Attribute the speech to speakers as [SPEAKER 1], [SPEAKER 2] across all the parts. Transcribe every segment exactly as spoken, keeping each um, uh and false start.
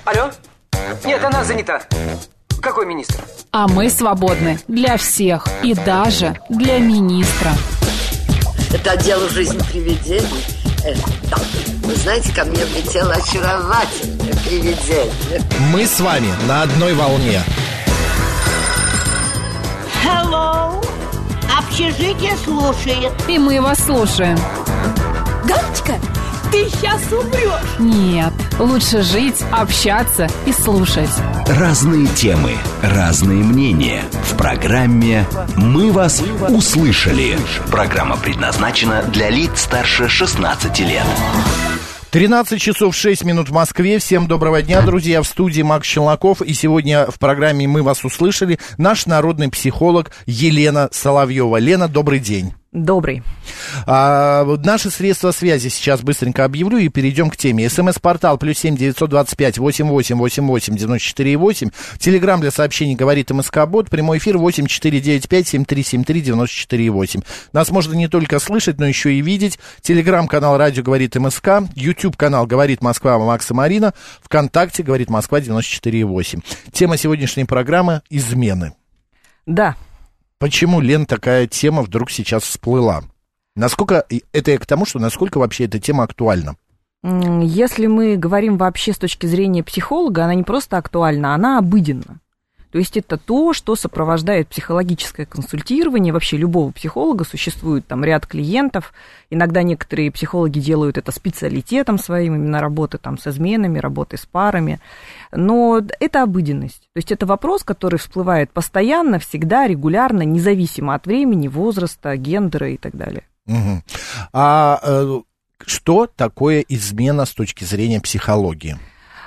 [SPEAKER 1] Алло? Нет, она занята. Какой министр?
[SPEAKER 2] А мы свободны для всех и даже для министра.
[SPEAKER 3] Это дело жизни привидений. Э, да. Вы знаете, ко мне влетело очаровательное привидение.
[SPEAKER 4] Мы с вами на одной волне.
[SPEAKER 5] Hello. Общежитие слушает.
[SPEAKER 2] И мы вас слушаем.
[SPEAKER 5] Галочка, ты сейчас умрешь.
[SPEAKER 2] Нет, лучше жить, общаться и слушать.
[SPEAKER 6] Разные темы, разные мнения. В программе «Мы вас услышали». Программа предназначена для лиц старше шестнадцати лет.
[SPEAKER 4] тринадцать часов шесть минут в Москве. Всем доброго дня, друзья. В студии Макс Челноков. И сегодня в программе «Мы вас услышали» наш народный психолог Елена Соловьева. Лена, добрый день.
[SPEAKER 7] Добрый.
[SPEAKER 4] А, наши средства связи сейчас быстренько объявлю и перейдем к теме. СМС-портал плюс семь девятьсот двадцать пять восемьдесят восемь восемьдесят восемь девяносто четыре восемь. Телеграм для сообщений говорит МСК-бот. Прямой эфир восемь четыре девять пять семь три семь три девяносто четыре восемь. Нас можно не только слышать, но еще и видеть. Телеграм-канал радио говорит МСК. Ютуб-канал говорит Москва Макс и Марина. ВКонтакте говорит Москва девяносто четыре восемь. Тема сегодняшней программы — измены.
[SPEAKER 7] Да.
[SPEAKER 4] Почему, Лен, такая тема вдруг сейчас всплыла? Насколько, это я к тому, что насколько вообще эта тема актуальна?
[SPEAKER 7] Если мы говорим вообще с точки зрения психолога, она не просто актуальна, она обыденна. То есть это то, что сопровождает психологическое консультирование вообще любого психолога. Существует там ряд клиентов. Иногда некоторые психологи делают это специалитетом своим, именно работы там с изменами, работы с парами. Но это обыденность. То есть это вопрос, который всплывает постоянно, всегда, регулярно, независимо от времени, возраста, гендера и так далее.
[SPEAKER 4] Угу. А э, что такое измена с точки зрения психологии?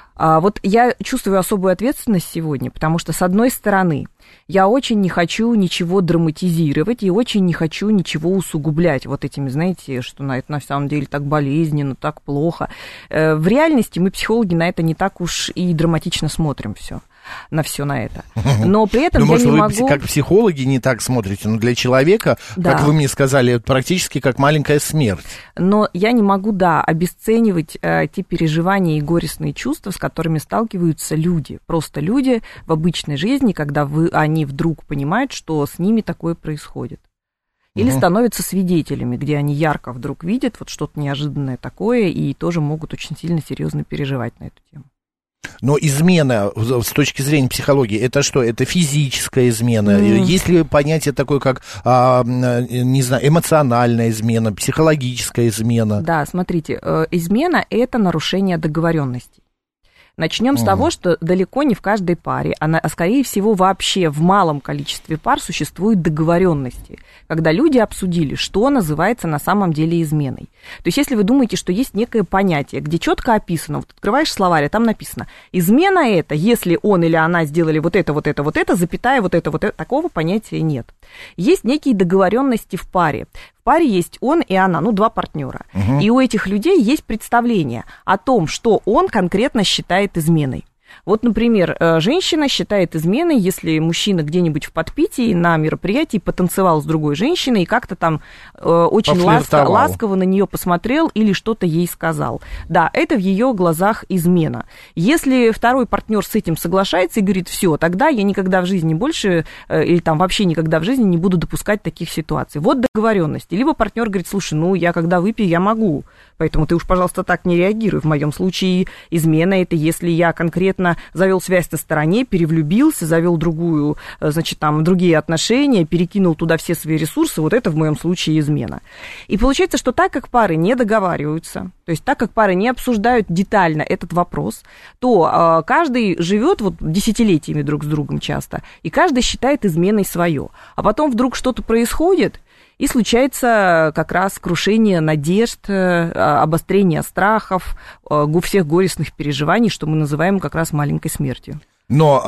[SPEAKER 7] А вот я чувствую особую ответственность сегодня, потому что, с одной стороны, я очень не хочу ничего драматизировать и очень не хочу ничего усугублять вот этими, знаете, что на это на самом деле так болезненно, так плохо. В реальности мы, психологи, на это не так уж и драматично смотрим все. на все на это. Но при этом
[SPEAKER 4] ну,
[SPEAKER 7] я
[SPEAKER 4] может,
[SPEAKER 7] не
[SPEAKER 4] вы
[SPEAKER 7] могу...
[SPEAKER 4] как психологи не так смотрите, но для человека, да. как вы мне сказали, это практически как маленькая смерть.
[SPEAKER 7] Но я не могу, да, обесценивать э, те переживания и горестные чувства, с которыми сталкиваются люди. Просто люди в обычной жизни, когда вы, они вдруг понимают, что с ними такое происходит. Или угу. становятся свидетелями, где они ярко вдруг видят вот что-то неожиданное такое и тоже могут очень сильно, серьезно переживать на эту тему.
[SPEAKER 4] Но измена с точки зрения психологии, это что? Это физическая измена? Mm. Есть ли понятие такое, как, а, не знаю, эмоциональная измена, психологическая измена?
[SPEAKER 7] Да, смотрите, измена – это нарушение договоренностей. Начнем mm. с того, что далеко не в каждой паре, а скорее всего вообще в малом количестве пар существуют договоренности, когда люди обсудили, что называется на самом деле изменой. То есть если вы думаете, что есть некое понятие, где четко описано, вот открываешь словарь, а там написано, измена это, если он или она сделали вот это, вот это, вот это, запятая, вот это, вот это, такого понятия нет. Есть некие договоренности в паре. В паре есть он и она, ну, два партнера. Угу. И у этих людей есть представление о том, что он конкретно считает изменой. Вот, например, женщина считает изменой, если мужчина где-нибудь в подпитии на мероприятии потанцевал с другой женщиной и как-то там э, очень ласково, ласково на нее посмотрел или что-то ей сказал. Да, это в ее глазах измена. Если второй партнер с этим соглашается и говорит, все, тогда я никогда в жизни больше э, или там вообще никогда в жизни не буду допускать таких ситуаций. Вот договоренности. Либо партнер говорит, слушай, ну я когда выпью, я могу, поэтому ты уж, пожалуйста, так не реагируй. В моем случае измена это если я конкретно завел связь на стороне, перевлюбился, завел другую, значит, там, другие отношения, перекинул туда все свои ресурсы, вот это в моем случае измена. И получается, что так как пары не договариваются, то есть так как пары не обсуждают детально этот вопрос, то э, каждый живет вот десятилетиями друг с другом часто, и каждый считает изменой свое. А потом вдруг что-то происходит, и случается как раз крушение надежд, обострение страхов, у всех горестных переживаний, что мы называем как раз маленькой смертью. Но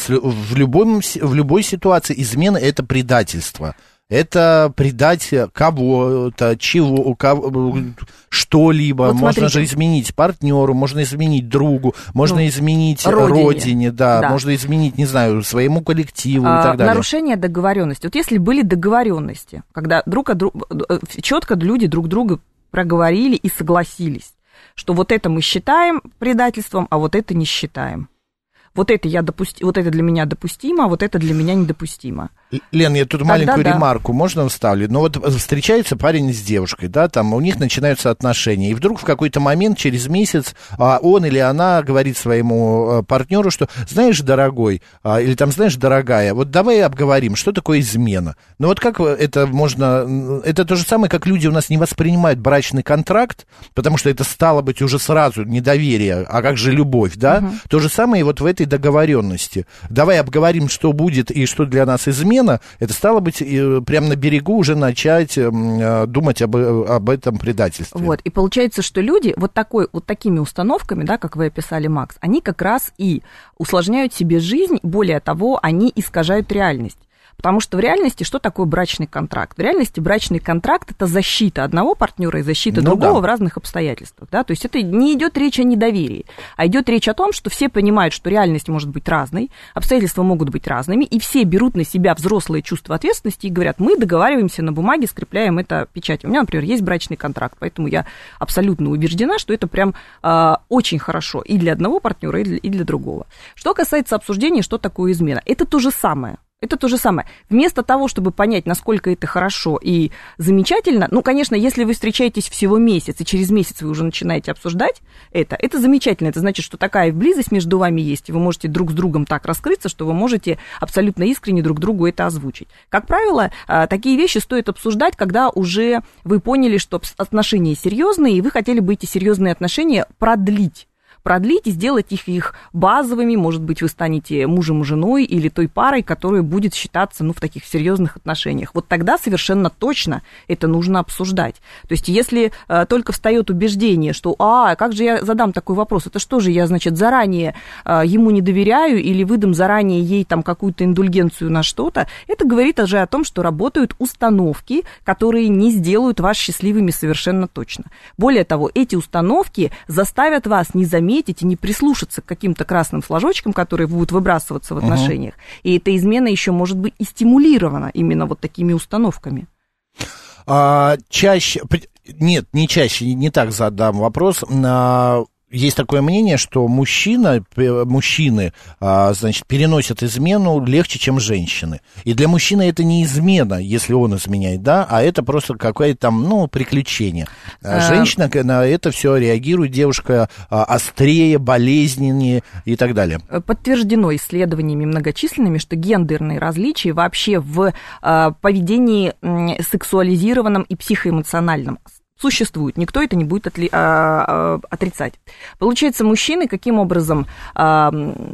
[SPEAKER 4] в, любом, в любой ситуации измена – это предательство. Это предать кого-то, чего, кого, что-либо. Вот можно смотрите. Же изменить партнеру, можно изменить другу, можно ну, изменить родине, родине да, да, можно изменить, не знаю, своему коллективу а, и так далее.
[SPEAKER 7] Нарушение договоренности. Вот если были договоренности, когда друг от друга, четко люди друг друга проговорили и согласились, что вот это мы считаем предательством, а вот это не считаем. Вот это, я допусти... вот это для меня допустимо, а вот это для меня недопустимо.
[SPEAKER 4] Лен, я тут
[SPEAKER 7] Тогда
[SPEAKER 4] маленькую
[SPEAKER 7] да.
[SPEAKER 4] ремарку можно вставлю? Ну вот встречается парень с девушкой, да, там у них начинаются отношения, и вдруг в какой-то момент, через месяц, он или она говорит своему партнеру, что, знаешь, дорогой, или там, знаешь, дорогая, вот давай обговорим, что такое измена. Ну вот как это можно... Это то же самое, как люди у нас не воспринимают брачный контракт, потому что это стало быть уже сразу недоверие, а как же любовь, да? Угу. То же самое и вот в этой договоренности. Давай обговорим, что будет и что для нас измена. Это стало быть, прямо на берегу уже начать э, думать об, об этом предательстве.
[SPEAKER 7] Вот, и получается, что люди вот, такой, вот такими установками, да, как вы описали, Макс, они как раз и усложняют себе жизнь, более того, они искажают реальность. Потому что в реальности что такое брачный контракт? В реальности брачный контракт – это защита одного партнера и защита ну другого да. в разных обстоятельствах. Да? То есть это не идет речь о недоверии, а идет речь о том, что все понимают, что реальность может быть разной, обстоятельства могут быть разными, и все берут на себя взрослые чувства ответственности и говорят, мы договариваемся на бумаге, скрепляем это печатью. У меня, например, есть брачный контракт, поэтому я абсолютно убеждена, что это прям э, очень хорошо и для одного партнера, и для, и для другого. Что касается обсуждения, что такое измена, это то же самое. Это то же самое. Вместо того, чтобы понять, насколько это хорошо и замечательно, ну, конечно, если вы встречаетесь всего месяц, и через месяц вы уже начинаете обсуждать это, это замечательно. Это значит, что такая близость между вами есть, и вы можете друг с другом так раскрыться, что вы можете абсолютно искренне друг другу это озвучить. Как правило, такие вещи стоит обсуждать, когда уже вы поняли, что отношения серьезные, и вы хотели бы эти серьезные отношения продлить. продлить и сделать их, их базовыми, может быть, вы станете мужем и женой или той парой, которая будет считаться, ну, в таких серьезных отношениях. Вот тогда совершенно точно это нужно обсуждать. То есть, если э, только встает убеждение, что, а, как же я задам такой вопрос, это что же, я, значит, заранее э, ему не доверяю или выдам заранее ей там какую-то индульгенцию на что-то, это говорит уже о том, что работают установки, которые не сделают вас счастливыми совершенно точно. Более того, эти установки заставят вас не заметить и не прислушаться к каким-то красным флажочкам, которые будут выбрасываться в отношениях. Uh-huh. И эта измена еще может быть и стимулирована именно вот такими установками.
[SPEAKER 4] А, чаще... Нет, не чаще, не так задам вопрос. А... Есть такое мнение, что мужчина, мужчины, значит, переносят измену легче, чем женщины. И для мужчины это не измена, если он изменяет, да, а это просто какое-то там, ну, приключение. Женщина на это все реагирует, девушка острее, болезненнее и так далее.
[SPEAKER 7] Подтверждено исследованиями многочисленными, что гендерные различия вообще в поведении сексуализированном и психоэмоциональном существует, никто это не будет отли, а, а, отрицать. Получается, мужчины каким образом, а,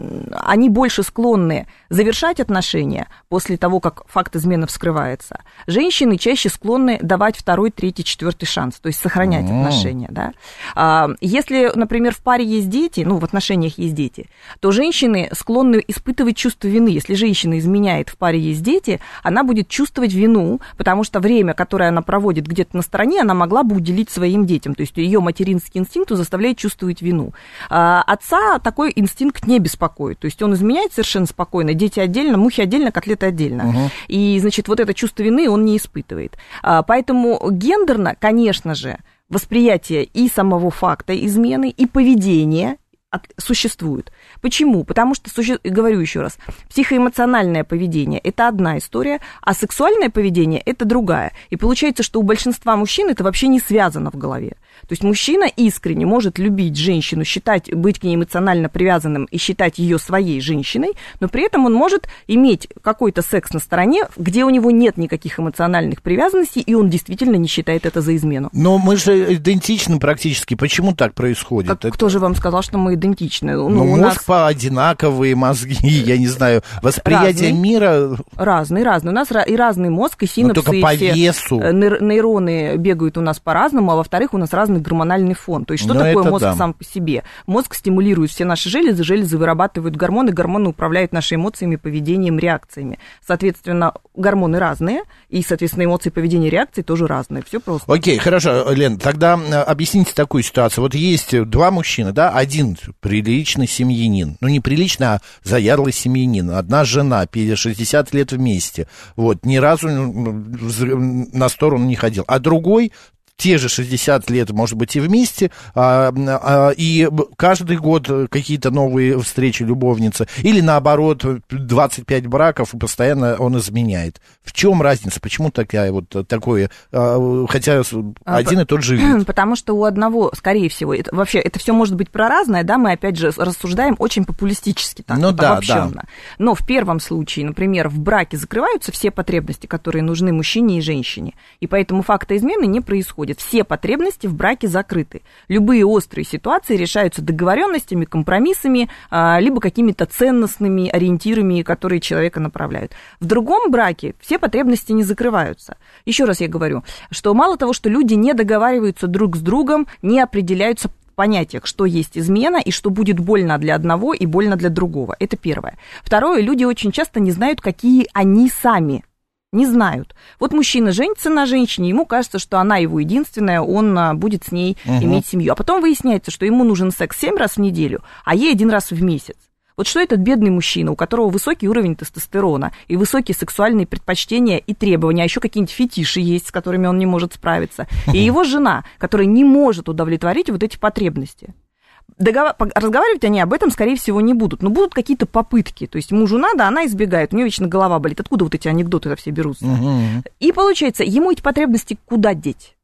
[SPEAKER 7] они больше склонны завершать отношения после того, как факт измены вскрывается. Женщины чаще склонны давать второй, третий, четвертый шанс, то есть сохранять mm-hmm. отношения. Да? А, если, например, в паре есть дети, ну, в отношениях есть дети, то женщины склонны испытывать чувство вины. Если женщина изменяет, в паре есть дети, она будет чувствовать вину, потому что время, которое она проводит где-то на стороне, она могла бы уделить своим детям. То есть ее материнский инстинкт заставляет чувствовать вину. А отца такой инстинкт не беспокоит. То есть он изменяет совершенно спокойно. Дети отдельно, мухи отдельно, котлеты отдельно. Угу. И, значит, вот это чувство вины он не испытывает. А, поэтому гендерно, конечно же, восприятие и самого факта измены, и поведения существует. Почему? Потому что, говорю еще раз, психоэмоциональное поведение – это одна история, а сексуальное поведение – это другая. И получается, что у большинства мужчин это вообще не связано в голове. То есть мужчина искренне может любить женщину, считать, быть к ней эмоционально привязанным и считать ее своей женщиной, но при этом он может иметь какой-то секс на стороне, где у него нет никаких эмоциональных привязанностей, и он действительно не считает это за измену.
[SPEAKER 4] Но мы же идентичны практически. Почему так происходит?
[SPEAKER 7] Как, это... Кто же вам сказал, что мы идентичны?
[SPEAKER 4] Ну, ну мозг нас... по одинаковые мозги, я не знаю, восприятие разный, мира...
[SPEAKER 7] Разный, разный. У нас и разный мозг, и синапсы,
[SPEAKER 4] только по
[SPEAKER 7] и
[SPEAKER 4] весу.
[SPEAKER 7] Нейроны бегают у нас по-разному, а во-вторых, у нас разный гормональный фон. То есть что Но такое мозг да. сам по себе? Мозг стимулирует все наши железы, железы вырабатывают гормоны, гормоны управляют нашими эмоциями, поведением, реакциями. Соответственно, гормоны разные, и, соответственно, эмоции, поведение, реакции тоже разные. Все просто.
[SPEAKER 4] Окей, хорошо, Лен, тогда объясните такую ситуацию. Вот есть два мужчины, да, один приличный семьянин, ну, не приличный, а заядлый семьянин, одна жена, шестьдесят лет вместе, вот, ни разу на сторону не ходил, а другой те же шестьдесят лет, может быть, и вместе, а, а, и каждый год какие-то новые встречи любовницы, или наоборот, двадцать пять браков, и постоянно он изменяет. В чем разница? Почему такая вот такое, а, хотя один и тот же вид?
[SPEAKER 7] Потому что у одного, скорее всего, это, вообще это все может быть про разное, да, мы опять же рассуждаем очень популистически, так,
[SPEAKER 4] ну,
[SPEAKER 7] вот,
[SPEAKER 4] да,
[SPEAKER 7] обобщенно.
[SPEAKER 4] Да.
[SPEAKER 7] Но в первом случае, например, в браке закрываются все потребности, которые нужны мужчине и женщине, и поэтому факта измены не происходит. Все потребности в браке закрыты. Любые острые ситуации решаются договоренностями, компромиссами, либо какими-то ценностными ориентирами, которые человека направляют. В другом браке все потребности не закрываются. Еще раз я говорю, что мало того, что люди не договариваются друг с другом, не определяются в понятиях, что есть измена и что будет больно для одного и больно для другого. Это первое. Второе, люди очень часто не знают, какие они сами. Не знают. Вот мужчина женится на женщине, ему кажется, что она его единственная, он будет с ней угу. иметь семью. А потом выясняется, что ему нужен секс семь раз в неделю, а ей один раз в месяц. Вот что этот бедный мужчина, у которого высокий уровень тестостерона и высокие сексуальные предпочтения и требования, а еще какие-нибудь фетиши есть, с которыми он не может справиться, и его жена, которая не может удовлетворить вот эти потребности. Договор... Разговаривать они об этом, скорее всего, не будут, но будут какие-то попытки. То есть мужу надо, она избегает, у нее вечно голова болит. Откуда вот эти анекдоты-то все берутся? Угу. И получается, ему эти потребности куда деть?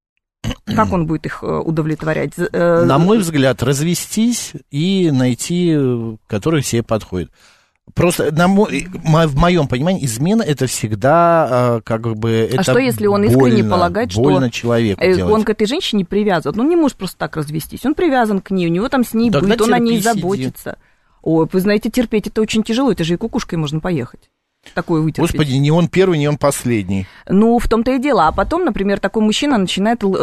[SPEAKER 7] Как он будет их удовлетворять?
[SPEAKER 4] На мой взгляд, развестись и найти, который себе подходит. Просто на мой, в моем понимании измена это всегда как бы это
[SPEAKER 7] а что если он искренне
[SPEAKER 4] больно,
[SPEAKER 7] полагает, что
[SPEAKER 4] больно человеку
[SPEAKER 7] он
[SPEAKER 4] делать.
[SPEAKER 7] К этой женщине привязан? Он не может просто так развестись. Он привязан к ней, у него там с ней
[SPEAKER 4] Тогда
[SPEAKER 7] быт, он о ней
[SPEAKER 4] сиди.
[SPEAKER 7] заботится. Ой, вы знаете, терпеть это очень тяжело, это же и кукушкой можно поехать. Такое вытерпеть.
[SPEAKER 4] Господи, не он первый, не он последний.
[SPEAKER 7] Ну, в том-то и дело. А потом, например, такой мужчина начинает э,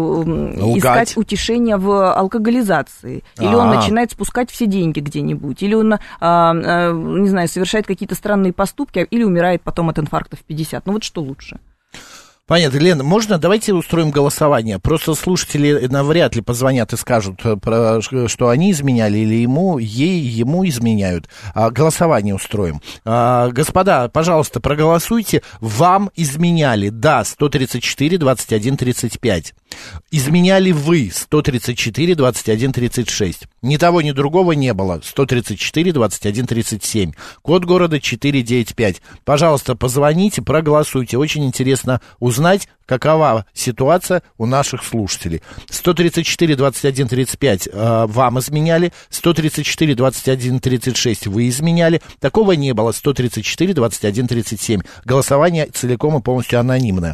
[SPEAKER 7] искать утешение в алкоголизации. Или А-а-а. он начинает спускать все деньги где-нибудь. Или он, э, э, не знаю, совершает какие-то странные поступки, или умирает потом от инфаркта в пятьдесят. Ну, вот что лучше?
[SPEAKER 4] Понятно. Лена, можно давайте устроим голосование? Просто слушатели навряд ли позвонят и скажут, что они изменяли, или ему, ей, ему изменяют. А, голосование устроим. А, господа, пожалуйста, проголосуйте. Вам изменяли, да, сто тридцать четыре двадцать один тридцать пять. Изменяли вы, сто тридцать четыре двадцать один тридцать шесть. Ни того, ни другого не было, сто тридцать четыре двадцать один тридцать семь. Код города четыреста девяносто пять. Пожалуйста, позвоните, проголосуйте. Очень интересно узнать, какова ситуация у наших слушателей. сто тридцать четыре двадцать один тридцать пять э, вам изменяли, сто тридцать четыре двадцать один тридцать шесть вы изменяли. Такого не было, сто тридцать четыре двадцать один тридцать семь. Голосование целиком и полностью анонимное.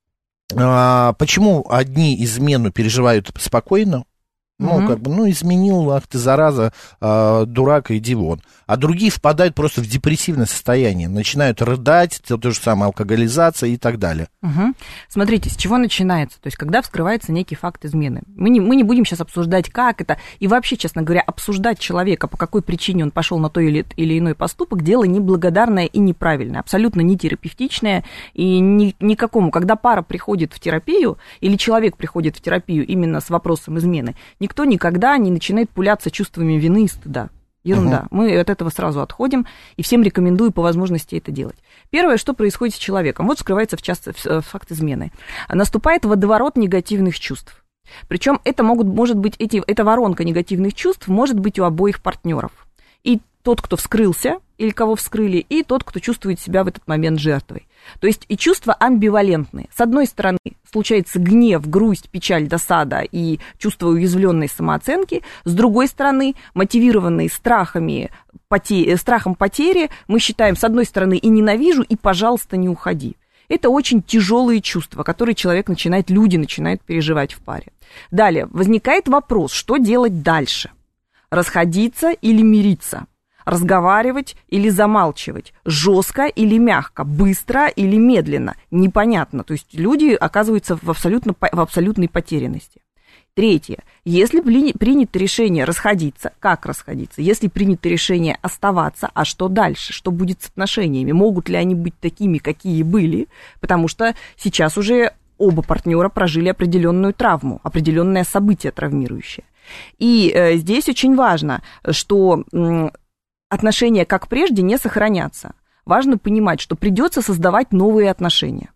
[SPEAKER 4] А, почему одни измену переживают спокойно? Ну, угу. как бы, ну, изменил, ах ты, зараза, э, дурак, иди вон. А другие впадают просто в депрессивное состояние, начинают рыдать, то, то же самое, алкоголизация и так далее.
[SPEAKER 7] Угу. Смотрите, с чего начинается? То есть, когда вскрывается некий факт измены. Мы не, мы не будем сейчас обсуждать, как это, и вообще, честно говоря, обсуждать человека, по какой причине он пошел на то или, или иной поступок, дело неблагодарное и неправильное, абсолютно не терапевтичное и ни, никакому. Когда пара приходит в терапию, или человек приходит в терапию именно с вопросом измены, никто никогда не начинает пуляться чувствами вины и стыда. Ерунда. Угу. Мы от этого сразу отходим, и всем рекомендую по возможности это делать. Первое, что происходит с человеком, вот скрывается в часто, в факт измены. Наступает водоворот негативных чувств. Причем это могут, может быть, эти, эта воронка негативных чувств может быть у обоих партнеров. И тот, кто вскрылся, или кого вскрыли, и тот, кто чувствует себя в этот момент жертвой. То есть и чувства амбивалентные. С одной стороны, случается гнев, грусть, печаль, досада и чувство уязвленной самооценки. С другой стороны, мотивированные страхами, поте- страхом потери, мы считаем, с одной стороны, и ненавижу, и, пожалуйста, не уходи. Это очень тяжелые чувства, которые человек начинает, люди начинают переживать в паре. Далее, возникает вопрос, что делать дальше? Расходиться или мириться? Разговаривать или замалчивать, жестко или мягко, быстро или медленно, непонятно. То есть люди оказываются в, абсолютно, в абсолютной потерянности. Третье. Если принято решение расходиться, как расходиться? Если принято решение оставаться, а что дальше? Что будет с отношениями? Могут ли они быть такими, какие были? Потому что сейчас уже оба партнера прожили определенную травму, определенное событие травмирующее. И э, здесь очень важно, что... М- отношения, как прежде, не сохранятся. Важно понимать, что придется создавать новые отношения.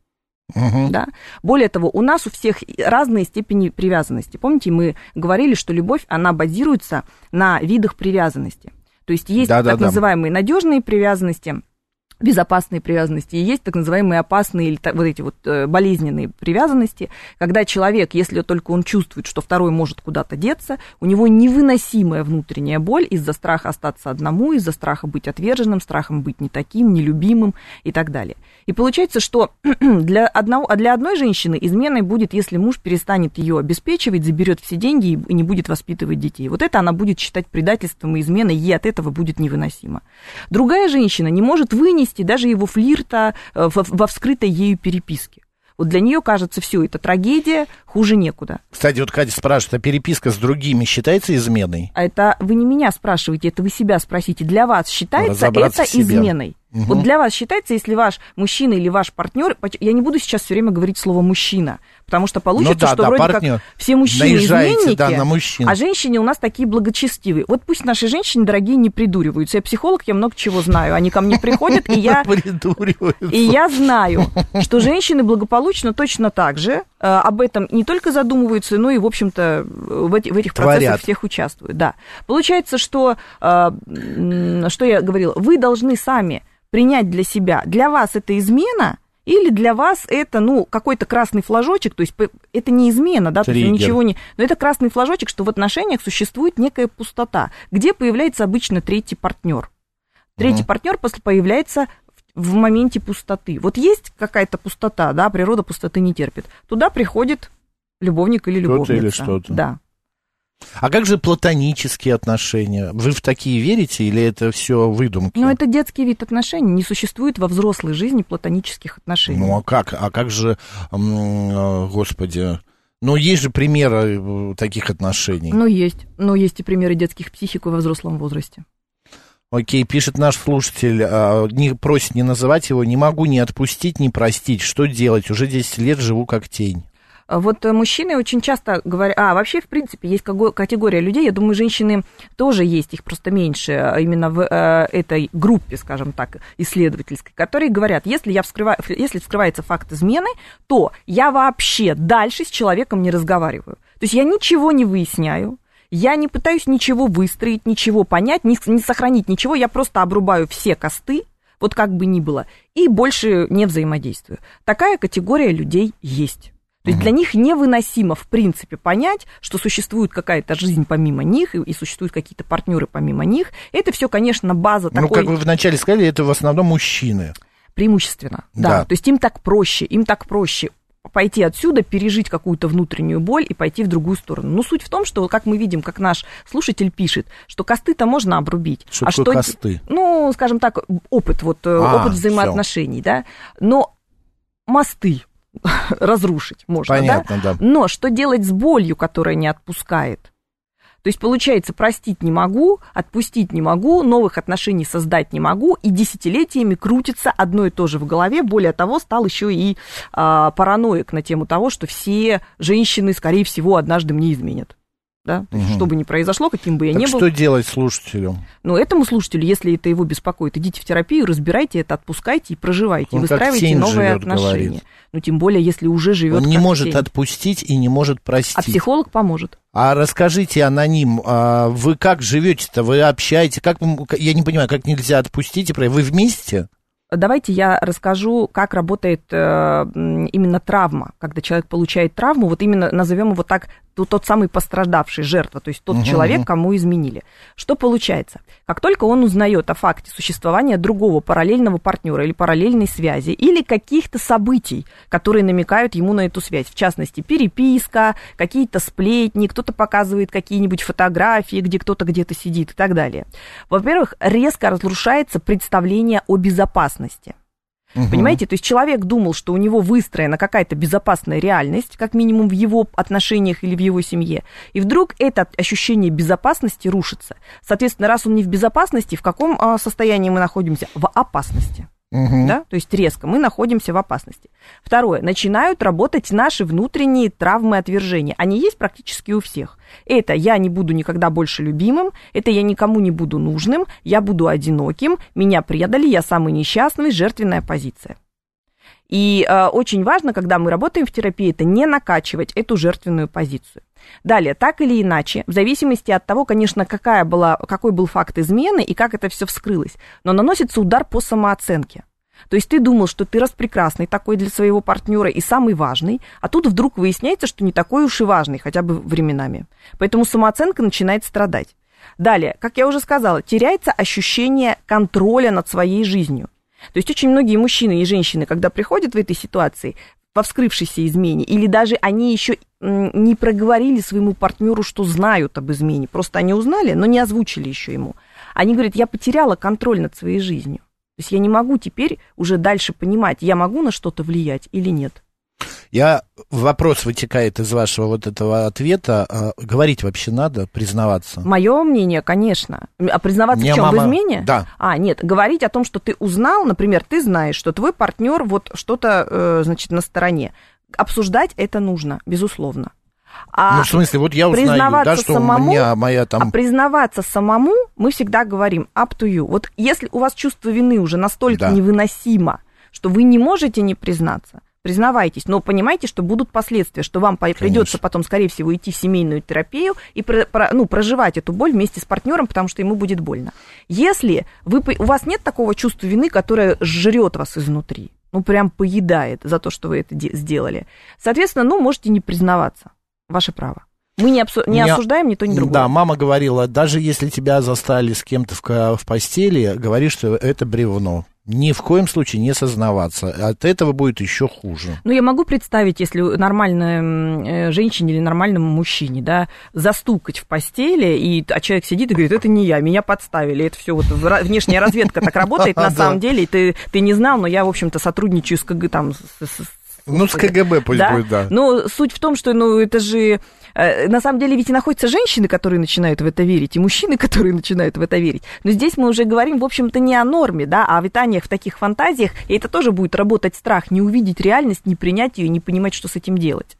[SPEAKER 7] Угу. Да? Более того, у нас у всех разные степени привязанности. Помните, мы говорили, что любовь, она базируется на видах привязанности. То есть есть да, так да, называемые да. надежные привязанности, безопасные привязанности, и есть так называемые опасные или вот эти вот болезненные привязанности, когда человек, если только он чувствует, что второй может куда-то деться, у него невыносимая внутренняя боль из-за страха остаться одному, из-за страха быть отверженным, страхом быть не таким, нелюбимым и так далее. И получается, что для, одного, для одной женщины изменой будет, если муж перестанет ее обеспечивать, заберет все деньги и не будет воспитывать детей. Вот это она будет считать предательством и изменой, ей от этого будет невыносимо. Другая женщина не может вынести даже его флирта во, во вскрытой ею переписке. Вот для нее, кажется, все это трагедия, хуже некуда. Кстати, вот Катя спрашивает, а переписка с другими считается изменой? А это вы не меня спрашиваете, это вы себя спросите. Для вас считается это изменой? Угу. Вот для вас считается, если ваш мужчина или ваш партнер, я не буду сейчас все время говорить слово мужчина, потому что получится, ну, да, что да, вроде партнер. Как все мужчины изменники, да, а женщины у нас такие благочестивые. Вот пусть наши женщины, дорогие, не придуриваются. Я психолог, я много чего знаю. Они ко мне приходят, и я, и я знаю, что женщины благополучно точно так же э, об этом не только задумываются, но и, в общем-то, в, эти, в этих процессах Творят. Всех участвуют. Да. Получается, что, э, что я говорила, вы должны сами принять для себя, для вас это измена или для вас это, ну, какой-то красный флажочек, то есть это не измена, да, то есть ничего не... Но это красный флажочек, что в отношениях существует некая пустота, где появляется обычно третий партнер. Третий угу. партнер появляется в моменте пустоты. Вот есть какая-то пустота, да, природа пустоты не терпит. Туда приходит любовник или любовница. Кто-то или что-то. Да. А как же платонические отношения? Вы в такие верите или это все выдумки? Ну, это детский вид отношений. Не существует во взрослой жизни платонических отношений. Ну, а как? А как же, господи... Ну, есть же примеры таких отношений. Ну, есть. Но есть и примеры детских психик во взрослом возрасте. Окей, пишет наш слушатель, не, просит не называть его, не могу ни отпустить, ни простить. Что делать? Уже десять лет живу как тень. Вот мужчины очень часто говорят... А, вообще, в принципе, есть категория людей, я думаю, женщины тоже есть, их просто меньше, именно в э, этой группе, скажем так, исследовательской, которые говорят, если, я вскрываю, если вскрывается факт измены, то я вообще дальше с человеком не разговариваю. То есть я ничего не выясняю, я не пытаюсь ничего выстроить, ничего понять, не, не сохранить ничего, я просто обрубаю все косты, вот как бы ни было, и больше не взаимодействую. Такая категория людей есть. То есть для них невыносимо, в принципе, понять, что существует какая-то жизнь помимо них, и, и существуют какие-то партнеры помимо них. Это все, конечно, база такой... Ну, как вы вначале сказали, это в основном мужчины. Преимущественно, да. да. То есть им так проще, им так проще пойти отсюда, пережить какую-то внутреннюю боль и пойти в другую сторону. Но суть в том, что, как мы видим, как наш слушатель пишет, что косты-то можно обрубить. Что а такое что косты? Ну, скажем так, опыт, вот, а, опыт взаимоотношений, всё. Да. Но мосты разрушить можно, понятно, да? Да. Но что делать с болью, которая не отпускает? То есть, получается, простить не могу, отпустить не могу, новых отношений создать не могу, и десятилетиями крутится одно и то же в голове. Более того, стал еще и а, параноик на тему того, что все женщины, скорее всего, однажды мне изменят. Да? Угу. Что бы ни произошло, каким бы я так ни был. Что делать слушателю? Ну, этому слушателю, если это его беспокоит, идите в терапию, разбирайте это, отпускайте и проживайте, он и выстраивайте новые живет, отношения. Говорит. Ну, тем более, если уже живет. Он не может тень. Отпустить и не может простить. А психолог поможет. А расскажите, аноним, а вы как живете-то? Вы общаетесь? Как, я не понимаю, как нельзя отпустить? Вы вместе? Давайте я расскажу, как работает э, именно травма, когда человек получает травму, вот именно назовем его так, тот, тот самый пострадавший, жертва, то есть тот uh-huh. человек, кому изменили. Что получается? Как только он узнает о факте существования другого параллельного партнера или параллельной связи, или каких-то событий, которые намекают ему на эту связь, в частности, переписка, какие-то сплетни, кто-то показывает какие-нибудь фотографии, где кто-то где-то сидит и так далее. Во-первых, резко разрушается представление о безопасности. Угу. Понимаете, то есть человек думал, что у него выстроена какая-то безопасная реальность, как минимум в его отношениях или в его семье, и вдруг это ощущение безопасности рушится. Соответственно, раз он не в безопасности, в каком состоянии мы находимся? В опасности. Угу. Да? То есть резко мы находимся в опасности. Второе. Начинают работать наши внутренние травмы отвержения. Они есть практически у всех. Это я не буду никогда больше любимым, это я никому не буду нужным, я буду одиноким, меня предали, я самый несчастный, жертвенная позиция. И э, очень важно, когда мы работаем в терапии, это не накачивать эту жертвенную позицию. Далее, так или иначе, в зависимости от того, конечно, какая была, какой был факт измены и как это все вскрылось, но наносится удар по самооценке. То есть ты думал, что ты распрекрасный такой для своего партнера и самый важный, а тут вдруг выясняется, что не такой уж и важный, хотя бы временами. Поэтому самооценка начинает страдать. Далее, как я уже сказала, теряется ощущение контроля над своей жизнью. То есть очень многие мужчины и женщины, когда приходят в этой ситуации, во вскрывшейся измене, или даже они еще не проговорили своему партнеру, что знают об измене, просто они узнали, но не озвучили еще ему. Они говорят, я потеряла контроль над своей жизнью. То есть я не могу теперь уже дальше понимать, я могу на что-то влиять или нет.
[SPEAKER 4] Я, вопрос вытекает из вашего вот этого ответа. А, говорить вообще надо, признаваться?
[SPEAKER 7] Мое мнение, конечно. А признаваться
[SPEAKER 4] Мне
[SPEAKER 7] в чем?
[SPEAKER 4] мама...
[SPEAKER 7] В измене?
[SPEAKER 4] Да.
[SPEAKER 7] А, нет, говорить о том, что ты узнал, например, ты знаешь, что твой партнер вот что-то, э, значит, на стороне. Обсуждать это нужно, безусловно. А
[SPEAKER 4] ну, в смысле, вот я узнаю, да, что
[SPEAKER 7] самому,
[SPEAKER 4] у меня моя там...
[SPEAKER 7] А признаваться самому мы всегда говорим up to you. Вот если у вас чувство вины уже настолько
[SPEAKER 4] да.
[SPEAKER 7] невыносимо, что вы не можете не признаться, признавайтесь, но понимайте, что будут последствия, что вам Конечно. Придется потом, скорее всего, идти в семейную терапию и про, про, ну, проживать эту боль вместе с партнером, потому что ему будет больно. Если вы, у вас нет такого чувства вины, которое жрет вас изнутри, ну, прям поедает за то, что вы это де- сделали, соответственно, ну, можете не признаваться. Ваше право. Мы не, обсу- не Меня... осуждаем ни то, ни другое.
[SPEAKER 4] Да, мама говорила, даже если тебя застали с кем-то в, в постели, говори, что это бревно. Ни в коем случае не сознаваться. От этого будет еще хуже.
[SPEAKER 7] Ну, я могу представить, если нормальной женщине или нормальному мужчине, да, застукать в постели, и, а человек сидит и говорит, это не я, меня подставили. Это все вот внешняя разведка так работает на самом деле, и ты не знал, но я, в общем-то, сотрудничаю с КГ там с
[SPEAKER 4] Ну, с КГБ пусть да? будет, да.
[SPEAKER 7] Но суть в том, что, ну, это же... Э, на самом деле ведь и находятся женщины, которые начинают в это верить, и мужчины, которые начинают в это верить. Но здесь мы уже говорим, в общем-то, не о норме, да, а о витаниях в таких фантазиях, и это тоже будет работать страх, не увидеть реальность, не принять ее, не понимать, что с этим делать.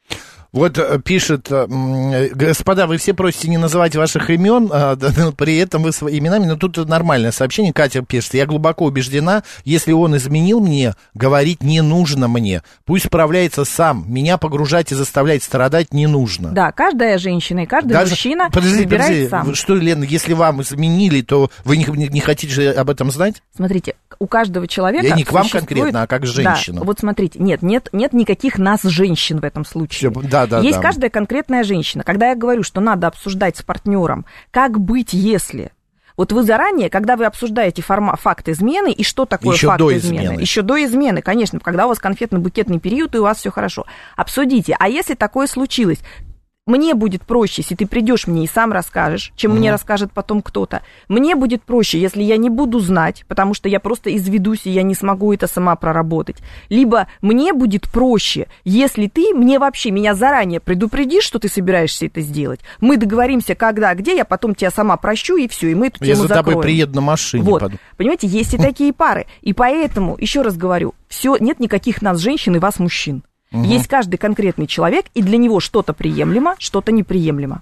[SPEAKER 4] Вот пишет, господа, вы все просите не называть ваших имен, а, да, при этом вы своими именами, но тут нормальное сообщение. Катя пишет, я глубоко убеждена, если он изменил мне, говорить не нужно мне. Пусть справляется сам, меня погружать и заставлять страдать не нужно.
[SPEAKER 7] Да, каждая женщина и каждый Даже... мужчина
[SPEAKER 4] подожди,
[SPEAKER 7] выбирает
[SPEAKER 4] подожди.
[SPEAKER 7] сам.
[SPEAKER 4] Что, Лена, если вам изменили, то вы не, не, не хотите об этом знать?
[SPEAKER 7] Смотрите, у каждого человека
[SPEAKER 4] Я не к вам
[SPEAKER 7] существует...
[SPEAKER 4] конкретно, а как к женщинам.
[SPEAKER 7] Да, вот смотрите, нет, нет, нет никаких нас, женщин, в этом случае.
[SPEAKER 4] Все, да, да,
[SPEAKER 7] Есть
[SPEAKER 4] да.
[SPEAKER 7] каждая конкретная женщина. Когда я говорю, что надо обсуждать с партнером, как быть, если... Вот вы заранее, когда вы обсуждаете форма, факт измены и что такое
[SPEAKER 4] еще
[SPEAKER 7] факт
[SPEAKER 4] до
[SPEAKER 7] измены,
[SPEAKER 4] измены,
[SPEAKER 7] еще до измены, конечно, когда у вас конфетно-букетный период и у вас все хорошо, обсудите. А если такое случилось, мне будет проще, если ты придешь мне и сам расскажешь, чем mm-hmm. мне расскажет потом кто-то. Мне будет проще, если я не буду знать, потому что я просто изведусь, и я не смогу это сама проработать. Либо мне будет проще, если ты мне вообще меня заранее предупредишь, что ты собираешься это сделать. Мы договоримся, когда, где, я потом тебя сама прощу, и все, и мы эту
[SPEAKER 4] я
[SPEAKER 7] тему
[SPEAKER 4] за
[SPEAKER 7] закроем.
[SPEAKER 4] тобой приеду на машине.
[SPEAKER 7] Вот.
[SPEAKER 4] Под...
[SPEAKER 7] Понимаете, есть и такие пары. И поэтому, еще раз говорю, все, нет никаких нас, женщин, и вас, мужчин. Угу. Есть каждый конкретный человек, и для него что-то приемлемо, что-то неприемлемо.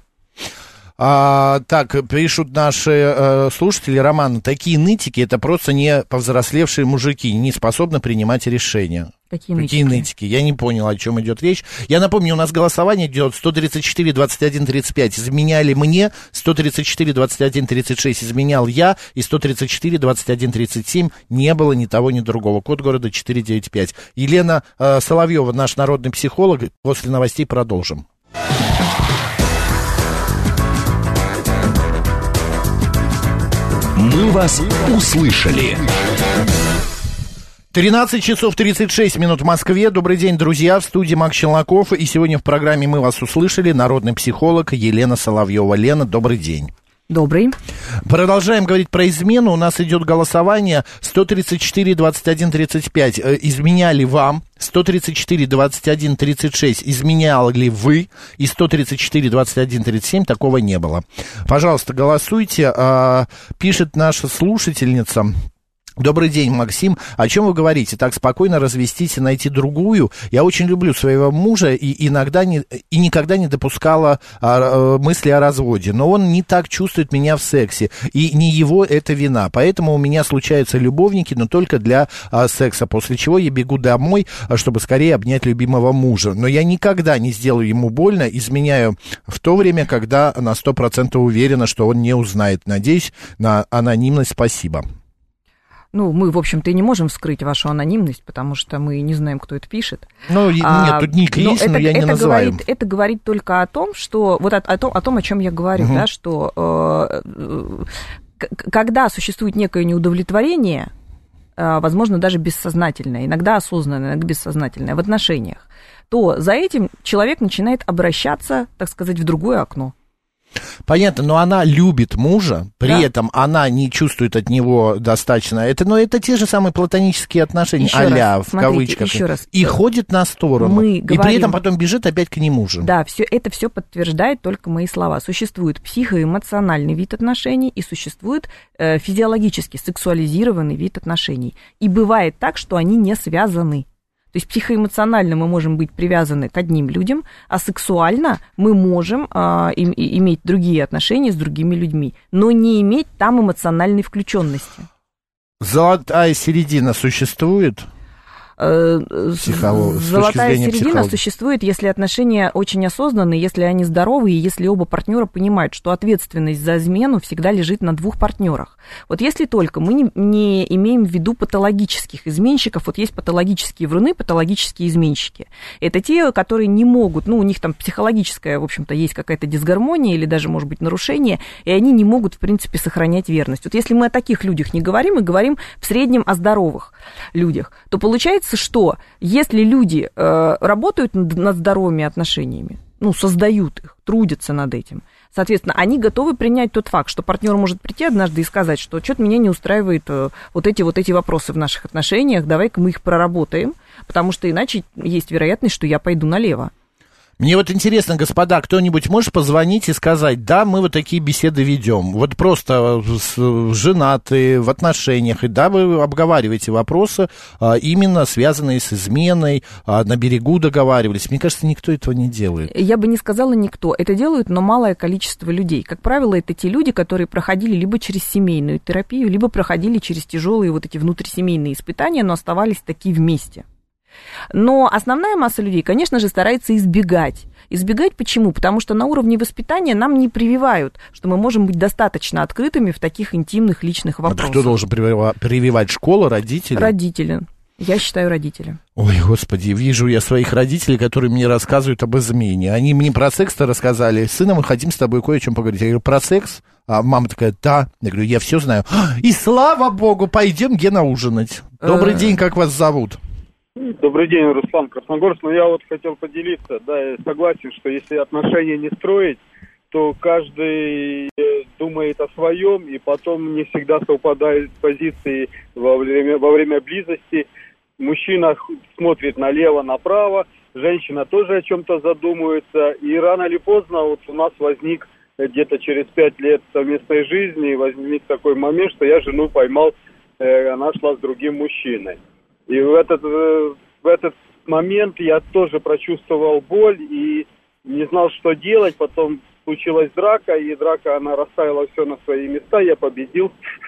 [SPEAKER 4] А, так, пишут наши э, слушатели, Роман, такие нытики, это просто не повзрослевшие мужики, не способны принимать решения.
[SPEAKER 7] Какие,
[SPEAKER 4] Какие нытики? нытики? Я не понял, о чем идет речь. Я напомню, у нас голосование идет сто тридцать четыре двадцать один тридцать пять. Изменяли мне, сто тридцать четыре двадцать один тридцать шесть изменял я, и сто тридцать четыре двадцать один тридцать семь не было ни того, ни другого. Код города четыре девять пять. Елена э, Соловьева, наш народный психолог. После новостей продолжим.
[SPEAKER 6] Мы вас услышали.
[SPEAKER 4] тринадцать часов тридцать шесть минут в Москве. Добрый день, друзья. В студии Макс Челноков. И сегодня в программе «Мы вас услышали» народный психолог Елена Соловьева. Лена, добрый день.
[SPEAKER 7] Добрый.
[SPEAKER 4] Продолжаем говорить про измену. У нас идет голосование сто тридцать четыре двадцать один тридцать пять. Изменяли вам? сто тридцать четыре двадцать один тридцать шесть. Изменяли ли вы? И сто тридцать четыре двадцать один тридцать семь. Такого не было. Пожалуйста, голосуйте. Пишет наша слушательница. Добрый день, Максим. О чем вы говорите? Так спокойно развестись и найти другую. Я очень люблю своего мужа и иногда не, и никогда не допускала а, мысли о разводе. Но он не так чувствует меня в сексе. И не его это вина. Поэтому у меня случаются любовники, но только для а, секса. После чего я бегу домой, чтобы скорее обнять любимого мужа. Но я никогда не сделаю ему больно. Изменяю в то время, когда на сто процентов уверена, что он не узнает. Надеюсь на анонимность. Спасибо.
[SPEAKER 7] Ну, мы, в общем-то, и не можем вскрыть вашу анонимность, потому что мы не знаем, кто это пишет.
[SPEAKER 4] Ну, нет,
[SPEAKER 7] а,
[SPEAKER 4] тут ник есть, но, но я не называю.
[SPEAKER 7] Говорит, это говорит только о том, что... Вот о, о, том, о том, о чем я говорю, угу. да, что э, когда существует некое неудовлетворение, э, возможно, даже бессознательное, иногда осознанное, иногда бессознательное в отношениях, то за этим человек начинает обращаться, так сказать, в другое окно.
[SPEAKER 4] Понятно, но она любит мужа, при
[SPEAKER 7] да.
[SPEAKER 4] этом она не чувствует от него достаточно. Это, но это те же самые платонические отношения,
[SPEAKER 7] еще
[SPEAKER 4] а-ля,
[SPEAKER 7] раз,
[SPEAKER 4] в
[SPEAKER 7] смотрите,
[SPEAKER 4] кавычках.
[SPEAKER 7] Еще раз.
[SPEAKER 4] И ходит на сторону.
[SPEAKER 7] Мы
[SPEAKER 4] и
[SPEAKER 7] говорим,
[SPEAKER 4] при этом потом бежит опять к нему же.
[SPEAKER 7] Да, все, это все подтверждает только мои слова. Существует психоэмоциональный вид отношений и существует э, физиологически сексуализированный вид отношений. И бывает так, что они не связаны. То есть психоэмоционально мы можем быть привязаны к одним людям, а сексуально мы можем а, им, и, иметь другие отношения с другими людьми, но не иметь там эмоциональной включенности.
[SPEAKER 4] Золотая середина существует?
[SPEAKER 7] Психолог... Золотая середина психологии. Существует, если отношения очень осознанные, если они здоровые, и если оба партнера понимают, что ответственность за измену всегда лежит на двух партнерах. Вот если только мы не, не имеем в виду патологических изменщиков, вот есть патологические вруны, патологические изменщики. Это те, которые не могут, ну, у них там психологическая, в общем-то, есть какая-то дисгармония или даже, может быть, нарушение, и они не могут, в принципе, сохранять верность. Вот если мы о таких людях не говорим, и говорим в среднем о здоровых людях, то получается, что если люди э, работают над, над здоровыми отношениями, ну, создают их, трудятся над этим, соответственно, они готовы принять тот факт, что партнер может прийти однажды и сказать, что что-то меня не устраивает э, вот эти вот эти вопросы в наших отношениях, давай-ка мы их проработаем, потому что иначе есть вероятность, что я пойду налево.
[SPEAKER 4] Мне вот интересно, господа, кто-нибудь может позвонить и сказать, да, мы вот такие беседы ведем, вот просто женаты, в отношениях, и да, вы обговариваете вопросы, а, именно связанные с изменой, а, на берегу договаривались. Мне кажется, никто этого не делает.
[SPEAKER 7] Я бы не сказала никто. Это делают, но малое количество людей. Как правило, это те люди, которые проходили либо через семейную терапию, либо проходили через тяжелые вот эти внутрисемейные испытания, но оставались такие вместе. Но основная масса людей, конечно же, старается избегать. Избегать почему? Потому что на уровне воспитания нам не прививают, что мы можем быть достаточно открытыми в таких интимных личных вопросах.
[SPEAKER 4] А кто должен прививать? Школа, родители?
[SPEAKER 7] Родители. Я считаю, родители.
[SPEAKER 4] Ой, господи, вижу я своих родителей, которые мне рассказывают об измене. Они мне про секс-то рассказали. Сына, мы хотим с тобой кое о чем поговорить. Я говорю, про секс? А мама такая, да. Я говорю, я все знаю. И слава богу, пойдем, Гена, ужинать. Добрый день, как вас зовут?
[SPEAKER 8] Добрый день, Руслан, Красногорск. Но я вот хотел поделиться, да, я согласен, что если отношения не строить, то каждый думает о своем, и потом не всегда совпадают позиции во время, во время близости. Мужчина смотрит налево, направо, женщина тоже о чем-то задумывается, и рано или поздно вот у нас возник где-то через пять лет совместной жизни, возник такой момент, что я жену поймал, э, она шла с другим мужчиной. И в этот, в этот момент я тоже прочувствовал боль и не знал, что делать. Потом случилась драка, и драка, она расставила все на свои места, я победил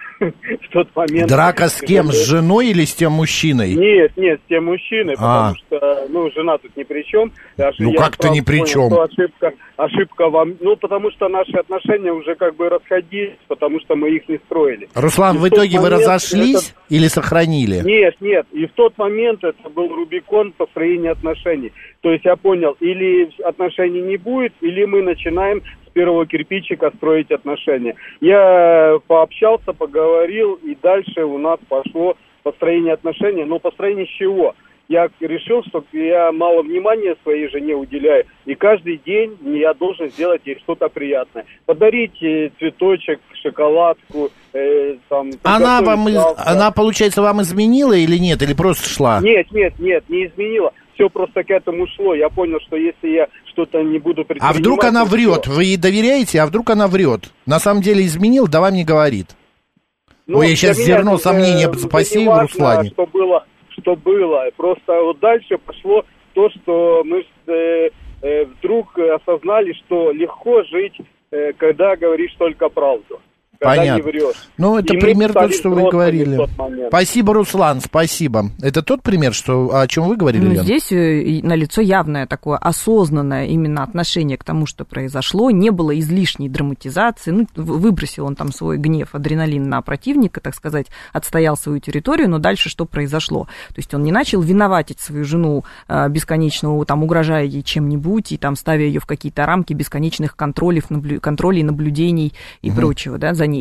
[SPEAKER 8] в тот момент.
[SPEAKER 4] Драка с кем? С женой или с тем мужчиной? Нет,
[SPEAKER 8] нет, с тем мужчиной, а. потому что, ну, жена тут ни при чем.
[SPEAKER 4] Ну, как-то ни при чем.
[SPEAKER 8] Понял, что ошибка, ошибка вам, ну, потому что наши отношения уже как бы расходились, потому что мы их не строили.
[SPEAKER 4] Руслан, и в итоге вы разошлись это... или сохранили?
[SPEAKER 8] Нет, нет, и в тот момент это был Рубикон построения отношений. То есть я понял, или отношений не будет, или мы начинаем с первого кирпичика строить отношения. Я пообщался, поговорил, и дальше у нас пошло построение отношений. Но построение с чего? Я решил, что я мало внимания своей жене уделяю, и каждый день я должен сделать ей что-то приятное. Подарить цветочек, шоколадку, э, там...
[SPEAKER 4] Она вам, из... она, получается, вам изменила или нет, или просто шла?
[SPEAKER 8] Нет, нет, нет, не изменила. Все просто к этому шло. Я понял, что если я что-то не буду предпринимать...
[SPEAKER 4] А вдруг она врет? Вы ей доверяете, а вдруг она врет? На самом деле изменил, да вам не говорит.
[SPEAKER 8] Ну,
[SPEAKER 4] Ой, я сейчас зерно сомнения посею в Руслане.
[SPEAKER 8] Что было, что было. Просто вот дальше пошло то, что мы э, э, вдруг осознали, что легко жить, э, когда говоришь только правду.
[SPEAKER 4] Понятно.
[SPEAKER 8] Не врешь.
[SPEAKER 4] Ну, это
[SPEAKER 8] и
[SPEAKER 4] пример тот, что вы говорили.
[SPEAKER 8] В
[SPEAKER 4] Спасибо, Руслан, спасибо. Это тот пример, что, о чем вы говорили,
[SPEAKER 7] ну,
[SPEAKER 4] Лена?
[SPEAKER 7] Здесь налицо явное такое осознанное именно отношение к тому, что произошло. Не было излишней драматизации. Ну, выбросил он там свой гнев, адреналин на противника, так сказать, отстоял свою территорию, но дальше что произошло? То есть он не начал виноватить свою жену бесконечно, там, угрожая ей чем-нибудь и там, ставя ее в какие-то рамки бесконечных контролей, наблю... контролей наблюдений и угу. прочего, да, за ней.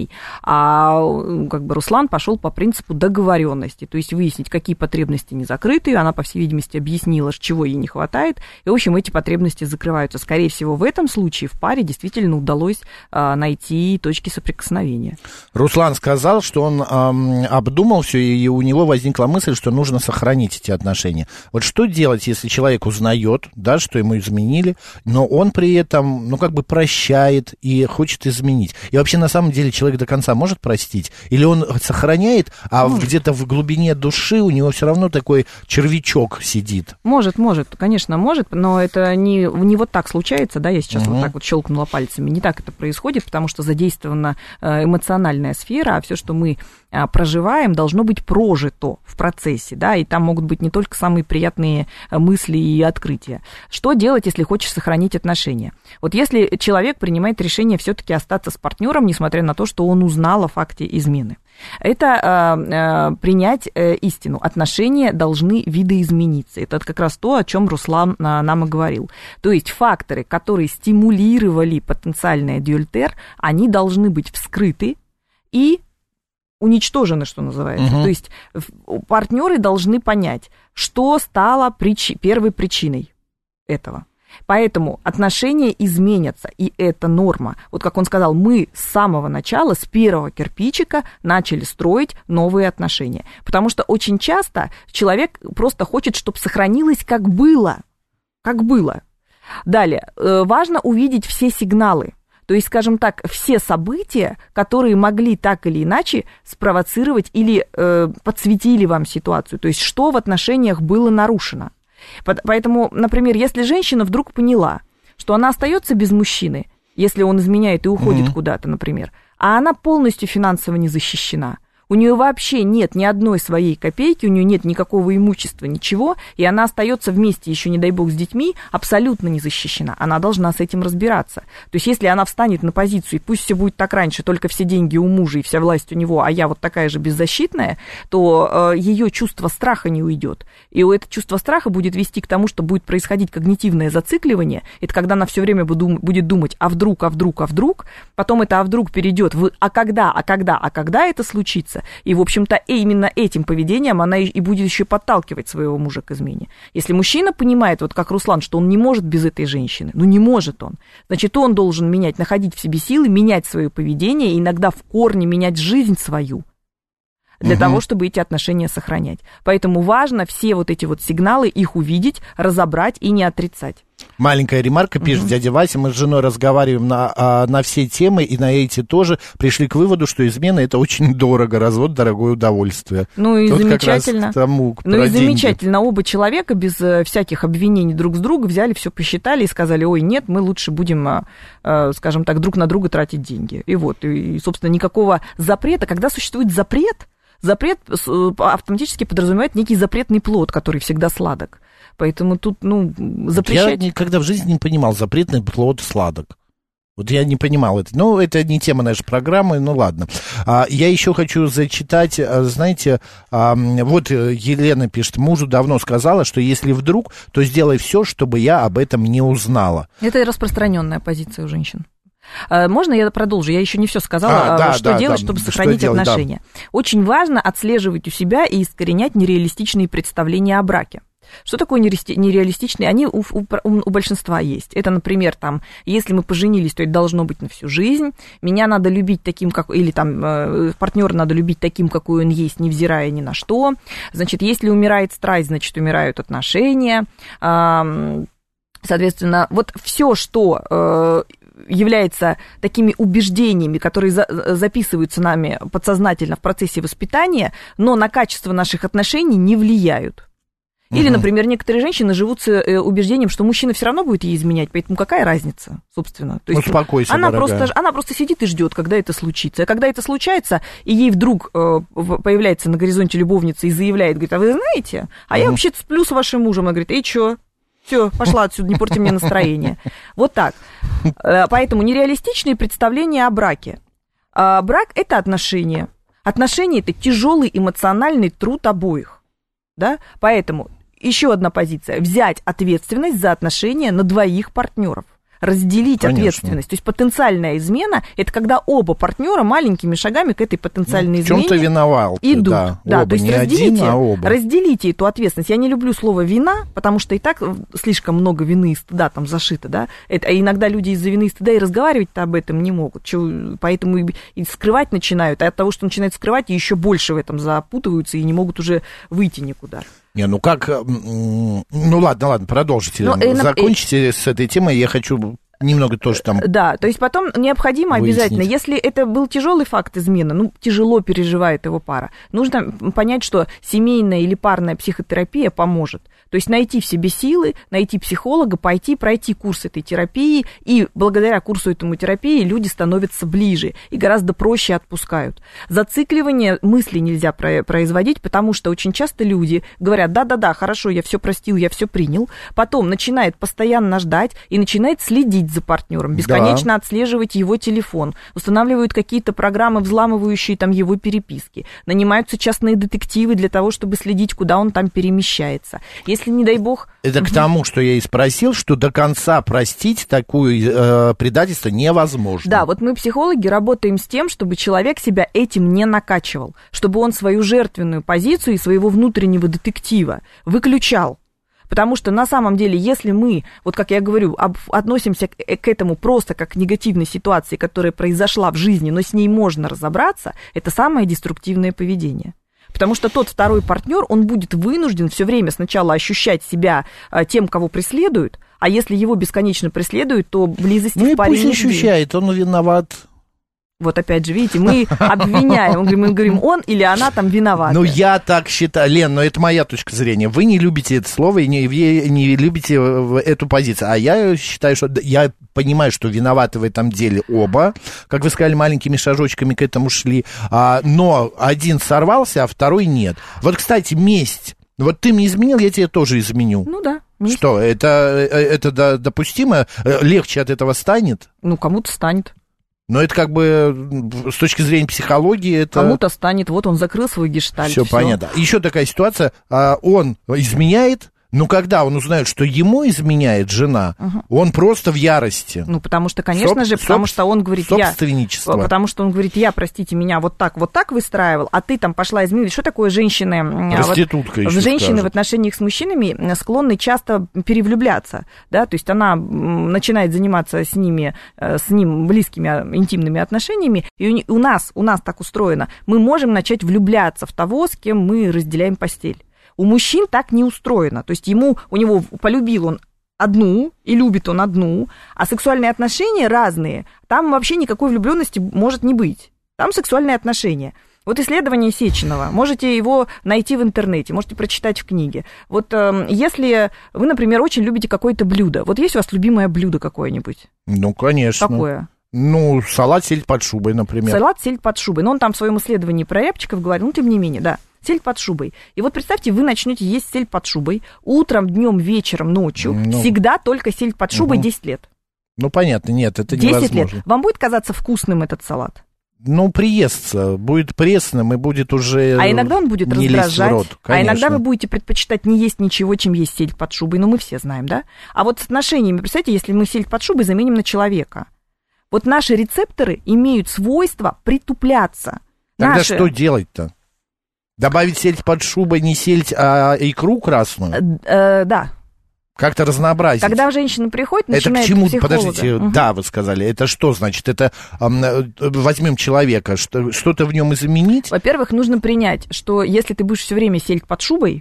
[SPEAKER 7] А как бы Руслан пошел по принципу договоренности, то есть выяснить, какие потребности не закрыты. Она, по всей видимости, объяснила, чего ей не хватает. И, в общем, эти потребности закрываются. Скорее всего, в этом случае в паре действительно удалось а, найти точки соприкосновения.
[SPEAKER 4] Руслан сказал, что он эм, обдумал все, и у него возникла мысль, что нужно сохранить эти отношения. Вот что делать, если человек узнает, да, что ему изменили, но он при этом, ну, как бы прощает и хочет изменить. И вообще, на самом деле, человек до конца может простить? Или он сохраняет, а может. Где-то в глубине души у него все равно такой червячок сидит?
[SPEAKER 7] Может, может, конечно, может, но это не, не вот так случается, да, я сейчас угу. вот так вот щелкнула пальцами, не так это происходит, потому что задействована эмоциональная сфера, а все, что мы проживаем, должно быть прожито в процессе, да, и там могут быть не только самые приятные мысли и открытия. Что делать, если хочешь сохранить отношения? Вот если человек принимает решение все-таки остаться с партнером, несмотря на то, что он узнал о факте измены, это э, э, принять э, истину. Отношения должны видоизмениться. Это как раз то, о чем Руслан э, нам и говорил. То есть факторы, которые стимулировали потенциальный адюльтер, они должны быть вскрыты и уничтожены, что называется. Угу. То есть партнеры должны понять, что стало прич... первой причиной этого. Поэтому отношения изменятся, и это норма. Вот как он сказал, мы с самого начала, с первого кирпичика начали строить новые отношения. Потому что очень часто человек просто хочет, чтобы сохранилось как было. Как было. Далее, важно увидеть все сигналы. То есть, скажем так, все события, которые могли так или иначе спровоцировать или э, подсветили вам ситуацию. То есть, что в отношениях было нарушено. Поэтому, например, если женщина вдруг поняла, что она остается без мужчины, если он изменяет и уходит mm-hmm. куда-то, например, а она полностью финансово не защищена, у нее вообще нет ни одной своей копейки, у нее нет никакого имущества, ничего, и она остается вместе, еще не дай бог, с детьми, абсолютно не защищена. Она должна с этим разбираться. То есть, если она встанет на позицию, и пусть все будет так раньше, только все деньги у мужа и вся власть у него, а я вот такая же беззащитная, то э, ее чувство страха не уйдет. И это чувство страха будет вести к тому, что будет происходить когнитивное зацикливание. Это когда она все время будет думать, а вдруг, а вдруг, а вдруг. Потом это а вдруг перейдет в а когда, а когда, а когда это случится. И, в общем-то, именно этим поведением она и будет еще подталкивать своего мужа к измене. Если мужчина понимает, вот как Руслан, что он не может без этой женщины, ну не может он, значит, он должен менять, находить в себе силы, менять свое поведение, иногда в корне менять жизнь свою, для угу. того, чтобы эти отношения сохранять. Поэтому важно все вот эти вот сигналы, их увидеть, разобрать и не отрицать.
[SPEAKER 4] Маленькая ремарка, пишет uh-huh. дядя Вася, мы с женой разговариваем на, а, на все темы, и на эти тоже пришли к выводу, что измена — это очень дорого, развод — дорогое удовольствие.
[SPEAKER 7] Ну и Тут замечательно.
[SPEAKER 4] Как раз к тому,
[SPEAKER 7] ну и
[SPEAKER 4] деньги.
[SPEAKER 7] Замечательно, оба человека без всяких обвинений друг с друга взяли, все посчитали и сказали, ой, нет, мы лучше будем, скажем так, друг на друга тратить деньги. И вот, и, собственно, никакого запрета. Когда существует запрет, запрет автоматически подразумевает некий запретный плод, который всегда сладок. Поэтому тут, ну, запрещать...
[SPEAKER 4] Я никогда в жизни не понимал запретный плод сладок. Вот я не понимал это. Ну, это не тема нашей программы, ну ладно. А, я еще хочу зачитать, знаете, а, вот Елена пишет, мужу давно сказала, что если вдруг, то сделай все, чтобы я об этом не узнала.
[SPEAKER 7] Это распространенная позиция у женщин. Можно я продолжу? Я еще не все сказала,
[SPEAKER 4] а, да,
[SPEAKER 7] что
[SPEAKER 4] да,
[SPEAKER 7] делать,
[SPEAKER 4] да,
[SPEAKER 7] чтобы
[SPEAKER 4] что
[SPEAKER 7] сохранить
[SPEAKER 4] делать,
[SPEAKER 7] отношения. Да. Очень важно отслеживать у себя и искоренять нереалистичные представления о браке. Что такое нереалистичные? Они у, у, у большинства есть. Это, например, там, если мы поженились, то это должно быть на всю жизнь. Меня надо любить таким, как... Или там э, партнера надо любить таким, какой он есть, невзирая ни на что. Значит, если умирает страсть, значит, умирают отношения. Э, соответственно, вот все, что... Э, является такими убеждениями, которые за, записываются нами подсознательно в процессе воспитания, но на качество наших отношений не влияют. Или, например, некоторые женщины живут с убеждением, что мужчина все равно будет ей изменять, поэтому какая разница, собственно? То есть
[SPEAKER 4] успокойся,
[SPEAKER 7] она
[SPEAKER 4] дорогая.
[SPEAKER 7] просто, она просто сидит и ждет, когда это случится. А когда это случается, и ей вдруг э, появляется на горизонте любовница и заявляет, говорит, а вы знаете, а я вообще-то сплю с вашим мужем. Она говорит, и чё? Все, пошла отсюда, не порти мне настроение. Вот так. Поэтому нереалистичные представления о браке. Брак – это отношения. Отношения – это тяжелый эмоциональный труд обоих. Да? Поэтому еще одна позиция – взять ответственность за отношения на двоих партнеров. Разделить Конечно. Ответственность. То есть потенциальная измена – это когда оба партнера маленькими шагами к этой потенциальной
[SPEAKER 4] ну, в
[SPEAKER 7] измене
[SPEAKER 4] чем-то виноват,
[SPEAKER 7] идут.
[SPEAKER 4] Да,
[SPEAKER 7] да
[SPEAKER 4] оба,
[SPEAKER 7] то есть
[SPEAKER 4] не
[SPEAKER 7] разделите,
[SPEAKER 4] один, а оба.
[SPEAKER 7] разделите эту ответственность. Я не люблю слово «вина», потому что и так слишком много вины и стыда там зашито. Да? Это, а иногда люди из-за вины и стыда и разговаривать-то об этом не могут. Че, поэтому и, и скрывать начинают. А от того, что начинают скрывать, еще больше в этом запутываются и не могут уже выйти никуда.
[SPEAKER 4] Не, ну как... Ну ладно, ладно, продолжите.
[SPEAKER 7] Но, э,
[SPEAKER 4] Закончите э, с этой темой, я хочу... Немного тоже там. Да,
[SPEAKER 7] то есть потом необходимо выяснить. Обязательно, если это был тяжелый факт измены, ну, тяжело переживает его пара, нужно понять, что семейная или парная психотерапия поможет. То есть найти в себе силы, найти психолога, пойти, пройти курс этой терапии, и благодаря курсу этому терапии люди становятся ближе и гораздо проще отпускают. Зацикливание мыслей нельзя производить, потому что очень часто люди говорят, да-да-да, хорошо, я все простил, я все принял, потом начинает постоянно ждать и начинает следить за партнером, бесконечно да. отслеживать его телефон, устанавливают какие-то программы, взламывающие там его переписки, нанимаются частные детективы для того, чтобы следить, куда он там перемещается. Если, не дай бог...
[SPEAKER 4] Это угу. к тому, что я и спросил, что до конца простить такое э, предательство невозможно.
[SPEAKER 7] Да, вот мы, психологи, работаем с тем, чтобы человек себя этим не накачивал, чтобы он свою жертвенную позицию и своего внутреннего детектива выключал. Потому что на самом деле, если мы, вот как я говорю, об, относимся к, к этому просто как к негативной ситуации, которая произошла в жизни, но с ней можно разобраться, это самое деструктивное поведение. Потому что тот второй партнер, он будет вынужден все время сначала ощущать себя а, тем, кого преследуют, а если его бесконечно преследуют, то близости
[SPEAKER 4] ну
[SPEAKER 7] в паре
[SPEAKER 4] не Ну и пусть ощущает, он виноват.
[SPEAKER 7] Вот опять же, видите, мы обвиняем, мы говорим, он или она там виноваты.
[SPEAKER 4] Ну, я так считаю. Лен, но это моя точка зрения. Вы не любите это слово и не, не любите эту позицию. А я считаю, что... Я понимаю, что виноваты в этом деле оба. Как вы сказали, маленькими шажочками к этому шли. А, но один сорвался, а второй нет. Вот, кстати, месть. Вот ты мне изменил, я тебе тоже изменю.
[SPEAKER 7] Ну да.
[SPEAKER 4] Месть. Что, это, это допустимо? Легче от этого станет?
[SPEAKER 7] Ну, кому-то станет.
[SPEAKER 4] Но это как бы с точки зрения психологии это...
[SPEAKER 7] Кому-то станет, вот он закрыл свой гештальт.
[SPEAKER 4] Все понятно. Еще такая ситуация, он изменяет, но когда он узнает, что ему изменяет жена, угу. он просто в ярости.
[SPEAKER 7] Ну, потому что, конечно Соб... же, потому что он говорит, я...
[SPEAKER 4] Собственничество.
[SPEAKER 7] Потому что он говорит, я, простите меня, вот так, вот так выстраивал, а ты там пошла изменить. Что такое женщины?
[SPEAKER 4] Проститутка
[SPEAKER 7] вот,
[SPEAKER 4] еще
[SPEAKER 7] Женщины
[SPEAKER 4] скажут.
[SPEAKER 7] В отношениях с мужчинами склонны часто перевлюбляться, да, то есть она начинает заниматься с ними, с ним близкими интимными отношениями, и у нас, у нас так устроено, мы можем начать влюбляться в того, с кем мы разделяем постель. У мужчин так не устроено. То есть ему, у него полюбил он одну, и любит он одну, а сексуальные отношения разные. Там вообще никакой влюбленности может не быть. Там сексуальные отношения. Вот исследование Сеченова. Можете его найти в интернете, можете прочитать в книге. Вот э, если вы, например, очень любите какое-то блюдо, вот есть у вас любимое блюдо какое-нибудь?
[SPEAKER 4] Ну, конечно.
[SPEAKER 7] Какое?
[SPEAKER 4] Ну, салат сельдь под шубой, например.
[SPEAKER 7] Салат сельдь под шубой. Но он там в своем исследовании про рябчиков говорил, ну, тем не менее, да. Сельдь под шубой. И вот представьте, вы начнете есть сельдь под шубой утром, днем, вечером, ночью. Ну, всегда только сельдь под шубой угу. десять лет.
[SPEAKER 4] Ну, понятно, нет, это
[SPEAKER 7] десять
[SPEAKER 4] невозможно.
[SPEAKER 7] Лет. Вам будет казаться вкусным этот салат?
[SPEAKER 4] Ну, приестся, будет пресным и будет уже
[SPEAKER 7] А иногда он будет
[SPEAKER 4] не
[SPEAKER 7] раздражать,
[SPEAKER 4] рот,
[SPEAKER 7] а иногда вы будете предпочитать не есть ничего, чем есть сельдь под шубой. Ну, мы все знаем, да? А вот с отношениями, представьте, если мы сельдь под шубой заменим на человека. Вот наши рецепторы имеют свойство притупляться.
[SPEAKER 4] Тогда
[SPEAKER 7] наши...
[SPEAKER 4] что делать-то? Добавить сельдь под шубой, не сельдь, а икру красную?
[SPEAKER 7] Э, да.
[SPEAKER 4] Как-то разнообразить.
[SPEAKER 7] Когда женщина приходит, начинает
[SPEAKER 4] это к чему?
[SPEAKER 7] психолога.
[SPEAKER 4] Подождите,
[SPEAKER 7] угу.
[SPEAKER 4] да, вы сказали. Это что значит? Это э, возьмем человека, что, что-то в нем изменить?
[SPEAKER 7] Во-первых, нужно принять, что если ты будешь все время сельдь под шубой,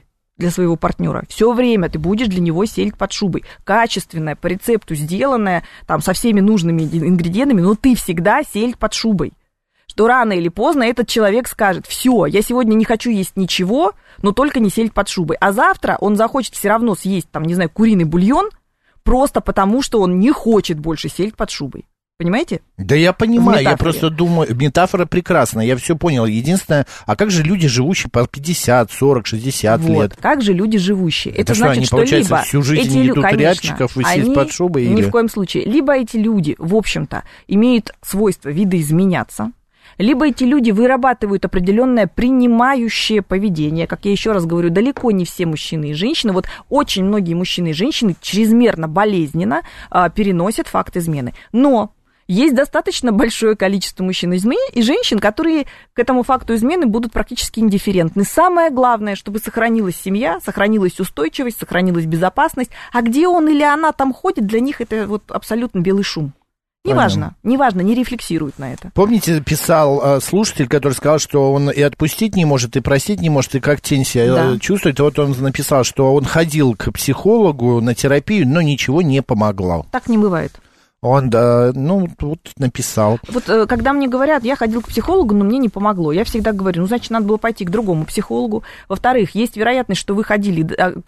[SPEAKER 7] для своего партнера, все время ты будешь для него сельдь под шубой. Качественная, по рецепту сделанная, там, со всеми нужными ингредиентами, но ты всегда сельдь под шубой. Что рано или поздно этот человек скажет: все, я сегодня не хочу есть ничего, но только не сельдь под шубой. А завтра он захочет все равно съесть, там, не знаю, куриный бульон, просто потому что он не хочет больше сельдь под шубой. Понимаете?
[SPEAKER 4] Да я понимаю, я просто думаю, метафора прекрасная, я все понял. Единственное, а как же люди, живущие по пятьдесят, сорок, шестьдесят
[SPEAKER 7] вот,
[SPEAKER 4] лет?
[SPEAKER 7] Как же люди, живущие? Это,
[SPEAKER 4] Это
[SPEAKER 7] значит,
[SPEAKER 4] они,
[SPEAKER 7] что
[SPEAKER 4] получается,
[SPEAKER 7] либо
[SPEAKER 4] всю жизнь
[SPEAKER 7] эти,
[SPEAKER 4] идут
[SPEAKER 7] конечно,
[SPEAKER 4] рябчиков и сесть под шубой?
[SPEAKER 7] Ни
[SPEAKER 4] или...
[SPEAKER 7] в коем случае. Либо эти люди, в общем-то, имеют свойство видоизменяться, либо эти люди вырабатывают определенное принимающее поведение. Как я еще раз говорю, далеко не все мужчины и женщины. Вот очень многие мужчины и женщины чрезмерно болезненно а, переносят факт измены. Но есть достаточно большое количество мужчин и женщин, которые к этому факту измены будут практически индифферентны. Самое главное, чтобы сохранилась семья, сохранилась устойчивость, сохранилась безопасность. А где он или она там ходит, для них это вот абсолютно белый шум. Неважно, неважно, не рефлексируют на это.
[SPEAKER 4] Помните, писал э, слушатель, который сказал, что он и отпустить не может, и простить не может, и как тень себя да. чувствует. Вот он написал, что он ходил к психологу на терапию, но ничего не помогло.
[SPEAKER 7] Так не бывает.
[SPEAKER 4] Он, да, ну, вот написал.
[SPEAKER 7] Вот когда мне говорят, я ходил к психологу, но мне не помогло, я всегда говорю, ну, значит, надо было пойти к другому психологу. Во-вторых, есть вероятность, что вы ходили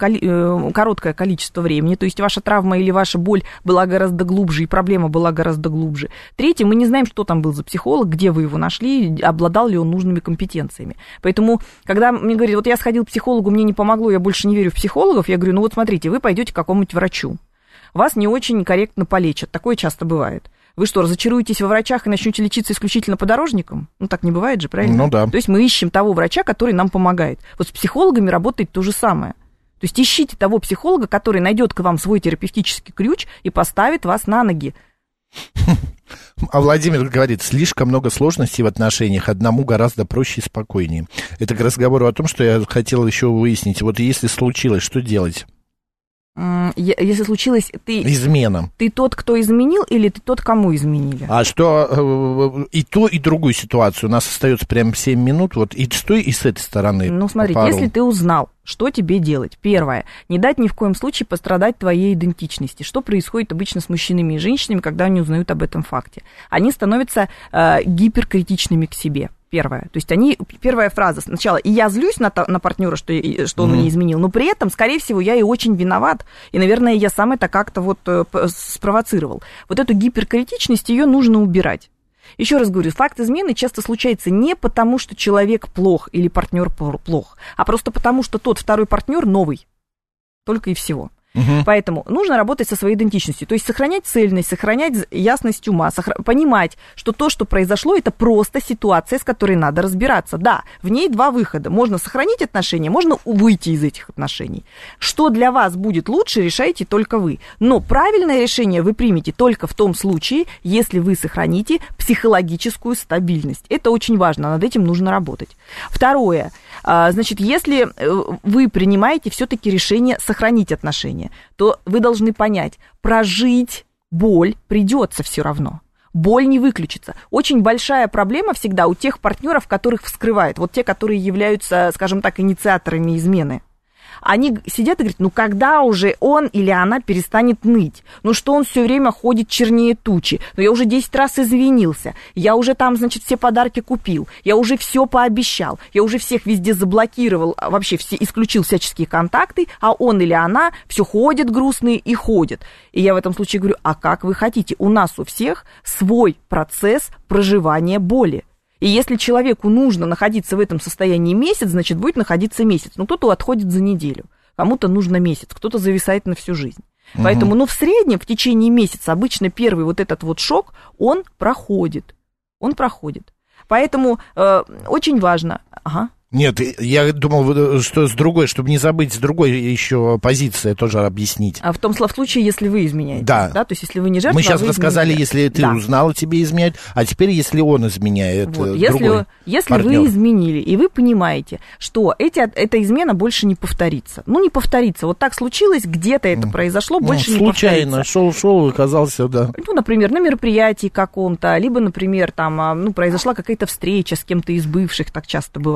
[SPEAKER 7] короткое количество времени, то есть ваша травма или ваша боль была гораздо глубже, и проблема была гораздо глубже. Третье, мы не знаем, что там был за психолог, где вы его нашли, обладал ли он нужными компетенциями. Поэтому, когда мне говорят, вот я сходил к психологу, мне не помогло, я больше не верю в психологов, я говорю, ну, вот смотрите, вы пойдете к какому-нибудь врачу. Вас не очень корректно полечат. Такое часто бывает. Вы что, разочаруетесь во врачах и начнете лечиться исключительно подорожником? Ну, так не бывает же, правильно?
[SPEAKER 4] Ну, да.
[SPEAKER 7] То есть мы ищем того врача, который нам помогает. Вот с психологами работает то же самое. То есть ищите того психолога, который найдет к вам свой терапевтический ключ и поставит вас на ноги.
[SPEAKER 4] А Владимир говорит, слишком много сложностей в отношениях, одному гораздо проще и спокойнее. Это к разговору о том, что я хотел еще выяснить. Вот если случилось, что делать?
[SPEAKER 7] Если случилось, ты...
[SPEAKER 4] Измена.
[SPEAKER 7] Ты тот, кто изменил, или ты тот, кому изменили?
[SPEAKER 4] А что и ту, и другую ситуацию. У нас остается прям семь минут, вот и с той, и с этой стороны.
[SPEAKER 7] Ну, смотри, если ты узнал, что тебе делать? Первое, не дать ни в коем случае пострадать твоей идентичности. Что происходит обычно с мужчинами и женщинами, когда они узнают об этом факте? Они становятся э, гиперкритичными к себе. Первое. То есть они, первая фраза сначала, и я злюсь на, на партнера, что, что он mm-hmm. мне изменил, но при этом, скорее всего, я и очень виноват, и, наверное, я сам это как-то вот спровоцировал. Вот эту гиперкритичность, ее нужно убирать. Еще раз говорю, факт измены часто случается не потому, что человек плох или партнер плох, а просто потому, что тот второй партнер новый. Только и всего. Угу. Поэтому нужно работать со своей идентичностью, то есть сохранять цельность, сохранять ясность ума, сохра... понимать, что то, что произошло, это просто ситуация, с которой надо разбираться. Да, в ней два выхода. Можно сохранить отношения, можно выйти из этих отношений. Что для вас будет лучше, решаете только вы. Но правильное решение вы примете только в том случае, если вы сохраните психологическую стабильность. Это очень важно, над этим нужно работать. Второе. Значит, если вы принимаете все-таки решение сохранить отношения, то вы должны понять, прожить боль придется все равно. Боль не выключится. Очень большая проблема всегда у тех партнеров, которых вскрывает. Вот те, которые являются, скажем так, инициаторами измены. Они сидят и говорят, ну когда уже он или она перестанет ныть? Ну что он все время ходит чернее тучи? Ну я уже десять раз извинился, я уже там, значит, все подарки купил, я уже все пообещал, я уже всех везде заблокировал, вообще все, исключил всяческие контакты, а он или она все ходят грустные и ходят. И я в этом случае говорю, а как вы хотите? У нас у всех свой процесс проживания боли. И если человеку нужно находиться в этом состоянии месяц, значит, будет находиться месяц. Ну, кто-то отходит за неделю, кому-то нужно месяц, кто-то зависает на всю жизнь. Угу. Поэтому, ну, в среднем, в течение месяца, обычно первый вот этот вот шок, он проходит. Он проходит. Поэтому э, очень важно... Ага.
[SPEAKER 4] Нет, я думал, что с другой, чтобы не забыть, с другой еще позиции тоже объяснить.
[SPEAKER 7] А в том случае, если вы изменяете.
[SPEAKER 4] Да.
[SPEAKER 7] да. То есть, если вы не жертва,
[SPEAKER 4] мы сейчас
[SPEAKER 7] а
[SPEAKER 4] рассказали,
[SPEAKER 7] изменяете.
[SPEAKER 4] Если ты да. узнала, тебе изменяют, а теперь, если он изменяет,
[SPEAKER 7] вот.
[SPEAKER 4] Если,
[SPEAKER 7] если вы изменили, и вы понимаете, что эти, эта измена больше не повторится. Ну, не повторится. Вот так случилось, где-то это произошло, больше
[SPEAKER 4] ну,
[SPEAKER 7] не повторится.
[SPEAKER 4] Случайно, шел-шел, оказался, да.
[SPEAKER 7] Ну, например, на мероприятии каком-то, либо, например, там, ну, произошла какая-то встреча с кем-то из бывших, так часто бывает.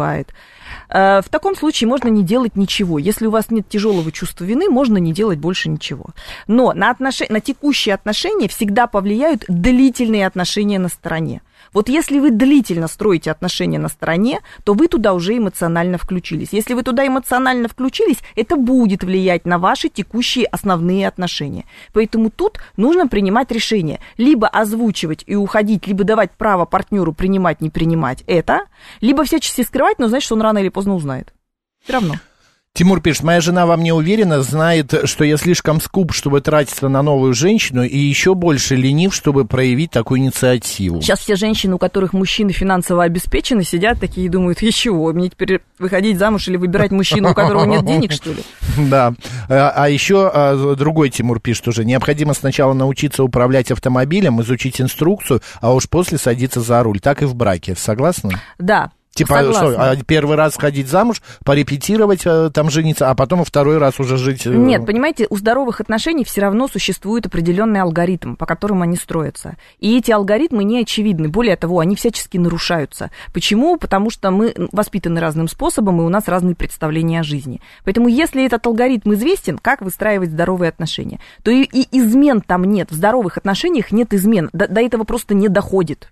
[SPEAKER 7] В таком случае можно не делать ничего. Если у вас нет тяжелого чувства вины, можно не делать больше ничего. Но на, отнош... на текущие отношения всегда повлияют длительные отношения на стороне. Вот если вы длительно строите отношения на стороне, то вы туда уже эмоционально включились. Если вы туда эмоционально включились, это будет влиять на ваши текущие основные отношения. Поэтому тут нужно принимать решение. Либо озвучивать и уходить, либо давать право партнеру принимать, не принимать это, либо всячески скрывать, но знать, что он рано или поздно узнает. Все равно.
[SPEAKER 4] Тимур пишет, моя жена во мне уверена, знает, что я слишком скуп, чтобы тратиться на новую женщину, и еще больше ленив, чтобы проявить такую инициативу.
[SPEAKER 7] Сейчас все женщины, у которых мужчины финансово обеспечены, сидят такие и думают, и чего, мне теперь выходить замуж или выбирать мужчину, у которого нет денег, что ли?
[SPEAKER 4] Да, а еще другой Тимур пишет уже, необходимо сначала научиться управлять автомобилем, изучить инструкцию, а уж после садиться за руль, так и в браке, согласны?
[SPEAKER 7] Да.
[SPEAKER 4] Типа, что, первый раз ходить замуж, порепетировать, там жениться, а потом второй раз уже жить...
[SPEAKER 7] Нет, понимаете, у здоровых отношений все равно существует определенный алгоритм, по которому они строятся. И эти алгоритмы не очевидны. Более того, они всячески нарушаются. Почему? Потому что мы воспитаны разным способом, и у нас разные представления о жизни. Поэтому если этот алгоритм известен, как выстраивать здоровые отношения, то и, и измен там нет. В здоровых отношениях нет измен. До, до этого просто не доходит.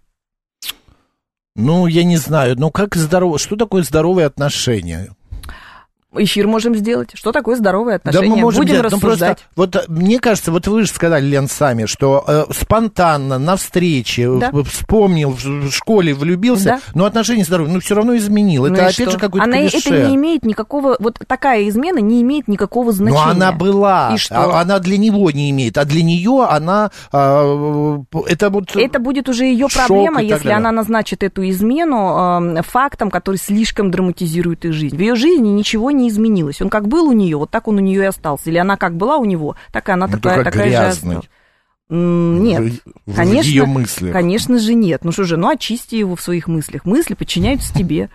[SPEAKER 4] Ну, я не знаю, ну как здорово, что такое здоровые отношения?
[SPEAKER 7] Эфир можем сделать. Что такое здоровые отношения?
[SPEAKER 4] Да, мы можем
[SPEAKER 7] Будем
[SPEAKER 4] делать.
[SPEAKER 7] рассуждать.
[SPEAKER 4] Ну, просто, вот мне кажется, вот вы же сказали, Лен, сами, что э, спонтанно, на встрече, да. вспомнил, в школе влюбился, да. но отношения здоровые, ну, все равно изменил.
[SPEAKER 7] Ну,
[SPEAKER 4] это опять
[SPEAKER 7] что?
[SPEAKER 4] же какой-то
[SPEAKER 7] она,
[SPEAKER 4] клише.
[SPEAKER 7] Это не имеет никакого, вот такая измена не имеет никакого значения.
[SPEAKER 4] Но она была,
[SPEAKER 7] И что?
[SPEAKER 4] она для него не имеет, а для нее она, э, это вот
[SPEAKER 7] Это будет уже ее проблема, если она назначит эту измену э, фактом, который слишком драматизирует их жизнь. В ее жизни ничего не изменилось. Он как был у нее, вот так он у нее и остался. Или она как была у него, так и она
[SPEAKER 4] ну,
[SPEAKER 7] такая, такая же осталась. Нет,
[SPEAKER 4] в,
[SPEAKER 7] конечно,
[SPEAKER 4] в ее мыслях.
[SPEAKER 7] Конечно же нет. Ну что же, ну очисти его в своих мыслях. Мысли подчиняются тебе.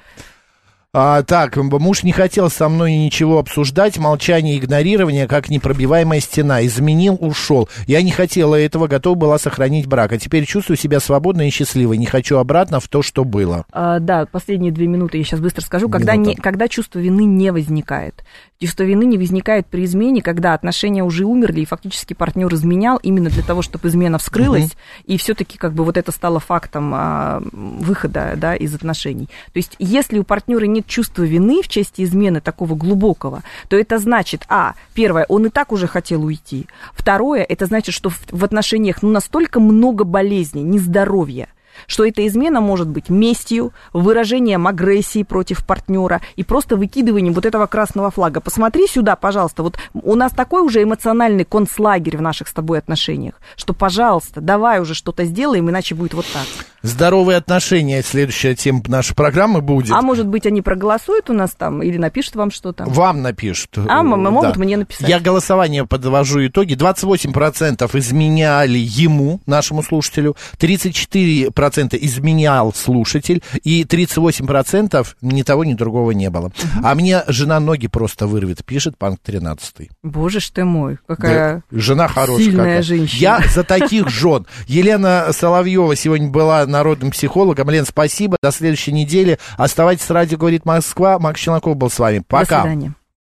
[SPEAKER 4] А, так, муж не хотел со мной ничего обсуждать, молчание, игнорирование, как непробиваемая стена. Изменил, ушел. Я не хотела этого, готова была сохранить брак. А теперь чувствую себя свободной и счастливой. Не хочу обратно в то, что было.
[SPEAKER 7] А, да, последние две минуты я сейчас быстро скажу. Когда, не, когда чувство вины не возникает. Чувство вины не возникает при измене, когда отношения уже умерли, и фактически партнер изменял именно для того, чтобы измена вскрылась, угу. и все-таки как бы вот это стало фактом а, выхода, да, из отношений. То есть если у партнера нет чувства вины в части измены такого глубокого, то это значит, а, первое, он и так уже хотел уйти. Второе, это значит, что в, в отношениях ну, настолько много болезней, нездоровья, что эта измена может быть местью, выражением агрессии против партнера и просто выкидыванием вот этого красного флага. Посмотри сюда, пожалуйста, вот у нас такой уже эмоциональный концлагерь в наших с тобой отношениях, что, пожалуйста, давай уже что-то сделаем, иначе будет вот так.
[SPEAKER 4] Здоровые отношения, следующая тема нашей программы будет.
[SPEAKER 7] А может быть, они проголосуют у нас там или напишут вам что-то?
[SPEAKER 4] Вам напишут.
[SPEAKER 7] А, мы могут
[SPEAKER 4] да.
[SPEAKER 7] мне написать.
[SPEAKER 4] Я голосование подвожу итоги. двадцать восемь процентов изменяли ему, нашему слушателю, тридцать четыре процента изменял слушатель, и тридцать восемь процентов ни того, ни другого не было. Угу. А мне жена ноги просто вырвет, пишет Панк тринадцатый.
[SPEAKER 7] Боже ж ты мой, какая
[SPEAKER 4] да, жена хорошая.
[SPEAKER 7] Сильная
[SPEAKER 4] какая.
[SPEAKER 7] женщина.
[SPEAKER 4] Я за таких жен. Елена Соловьева сегодня была народным психологом. Лен, спасибо. До следующей недели. Оставайтесь с радио «Говорит Москва». Макс Челноков был с вами. Пока.
[SPEAKER 7] До свидания.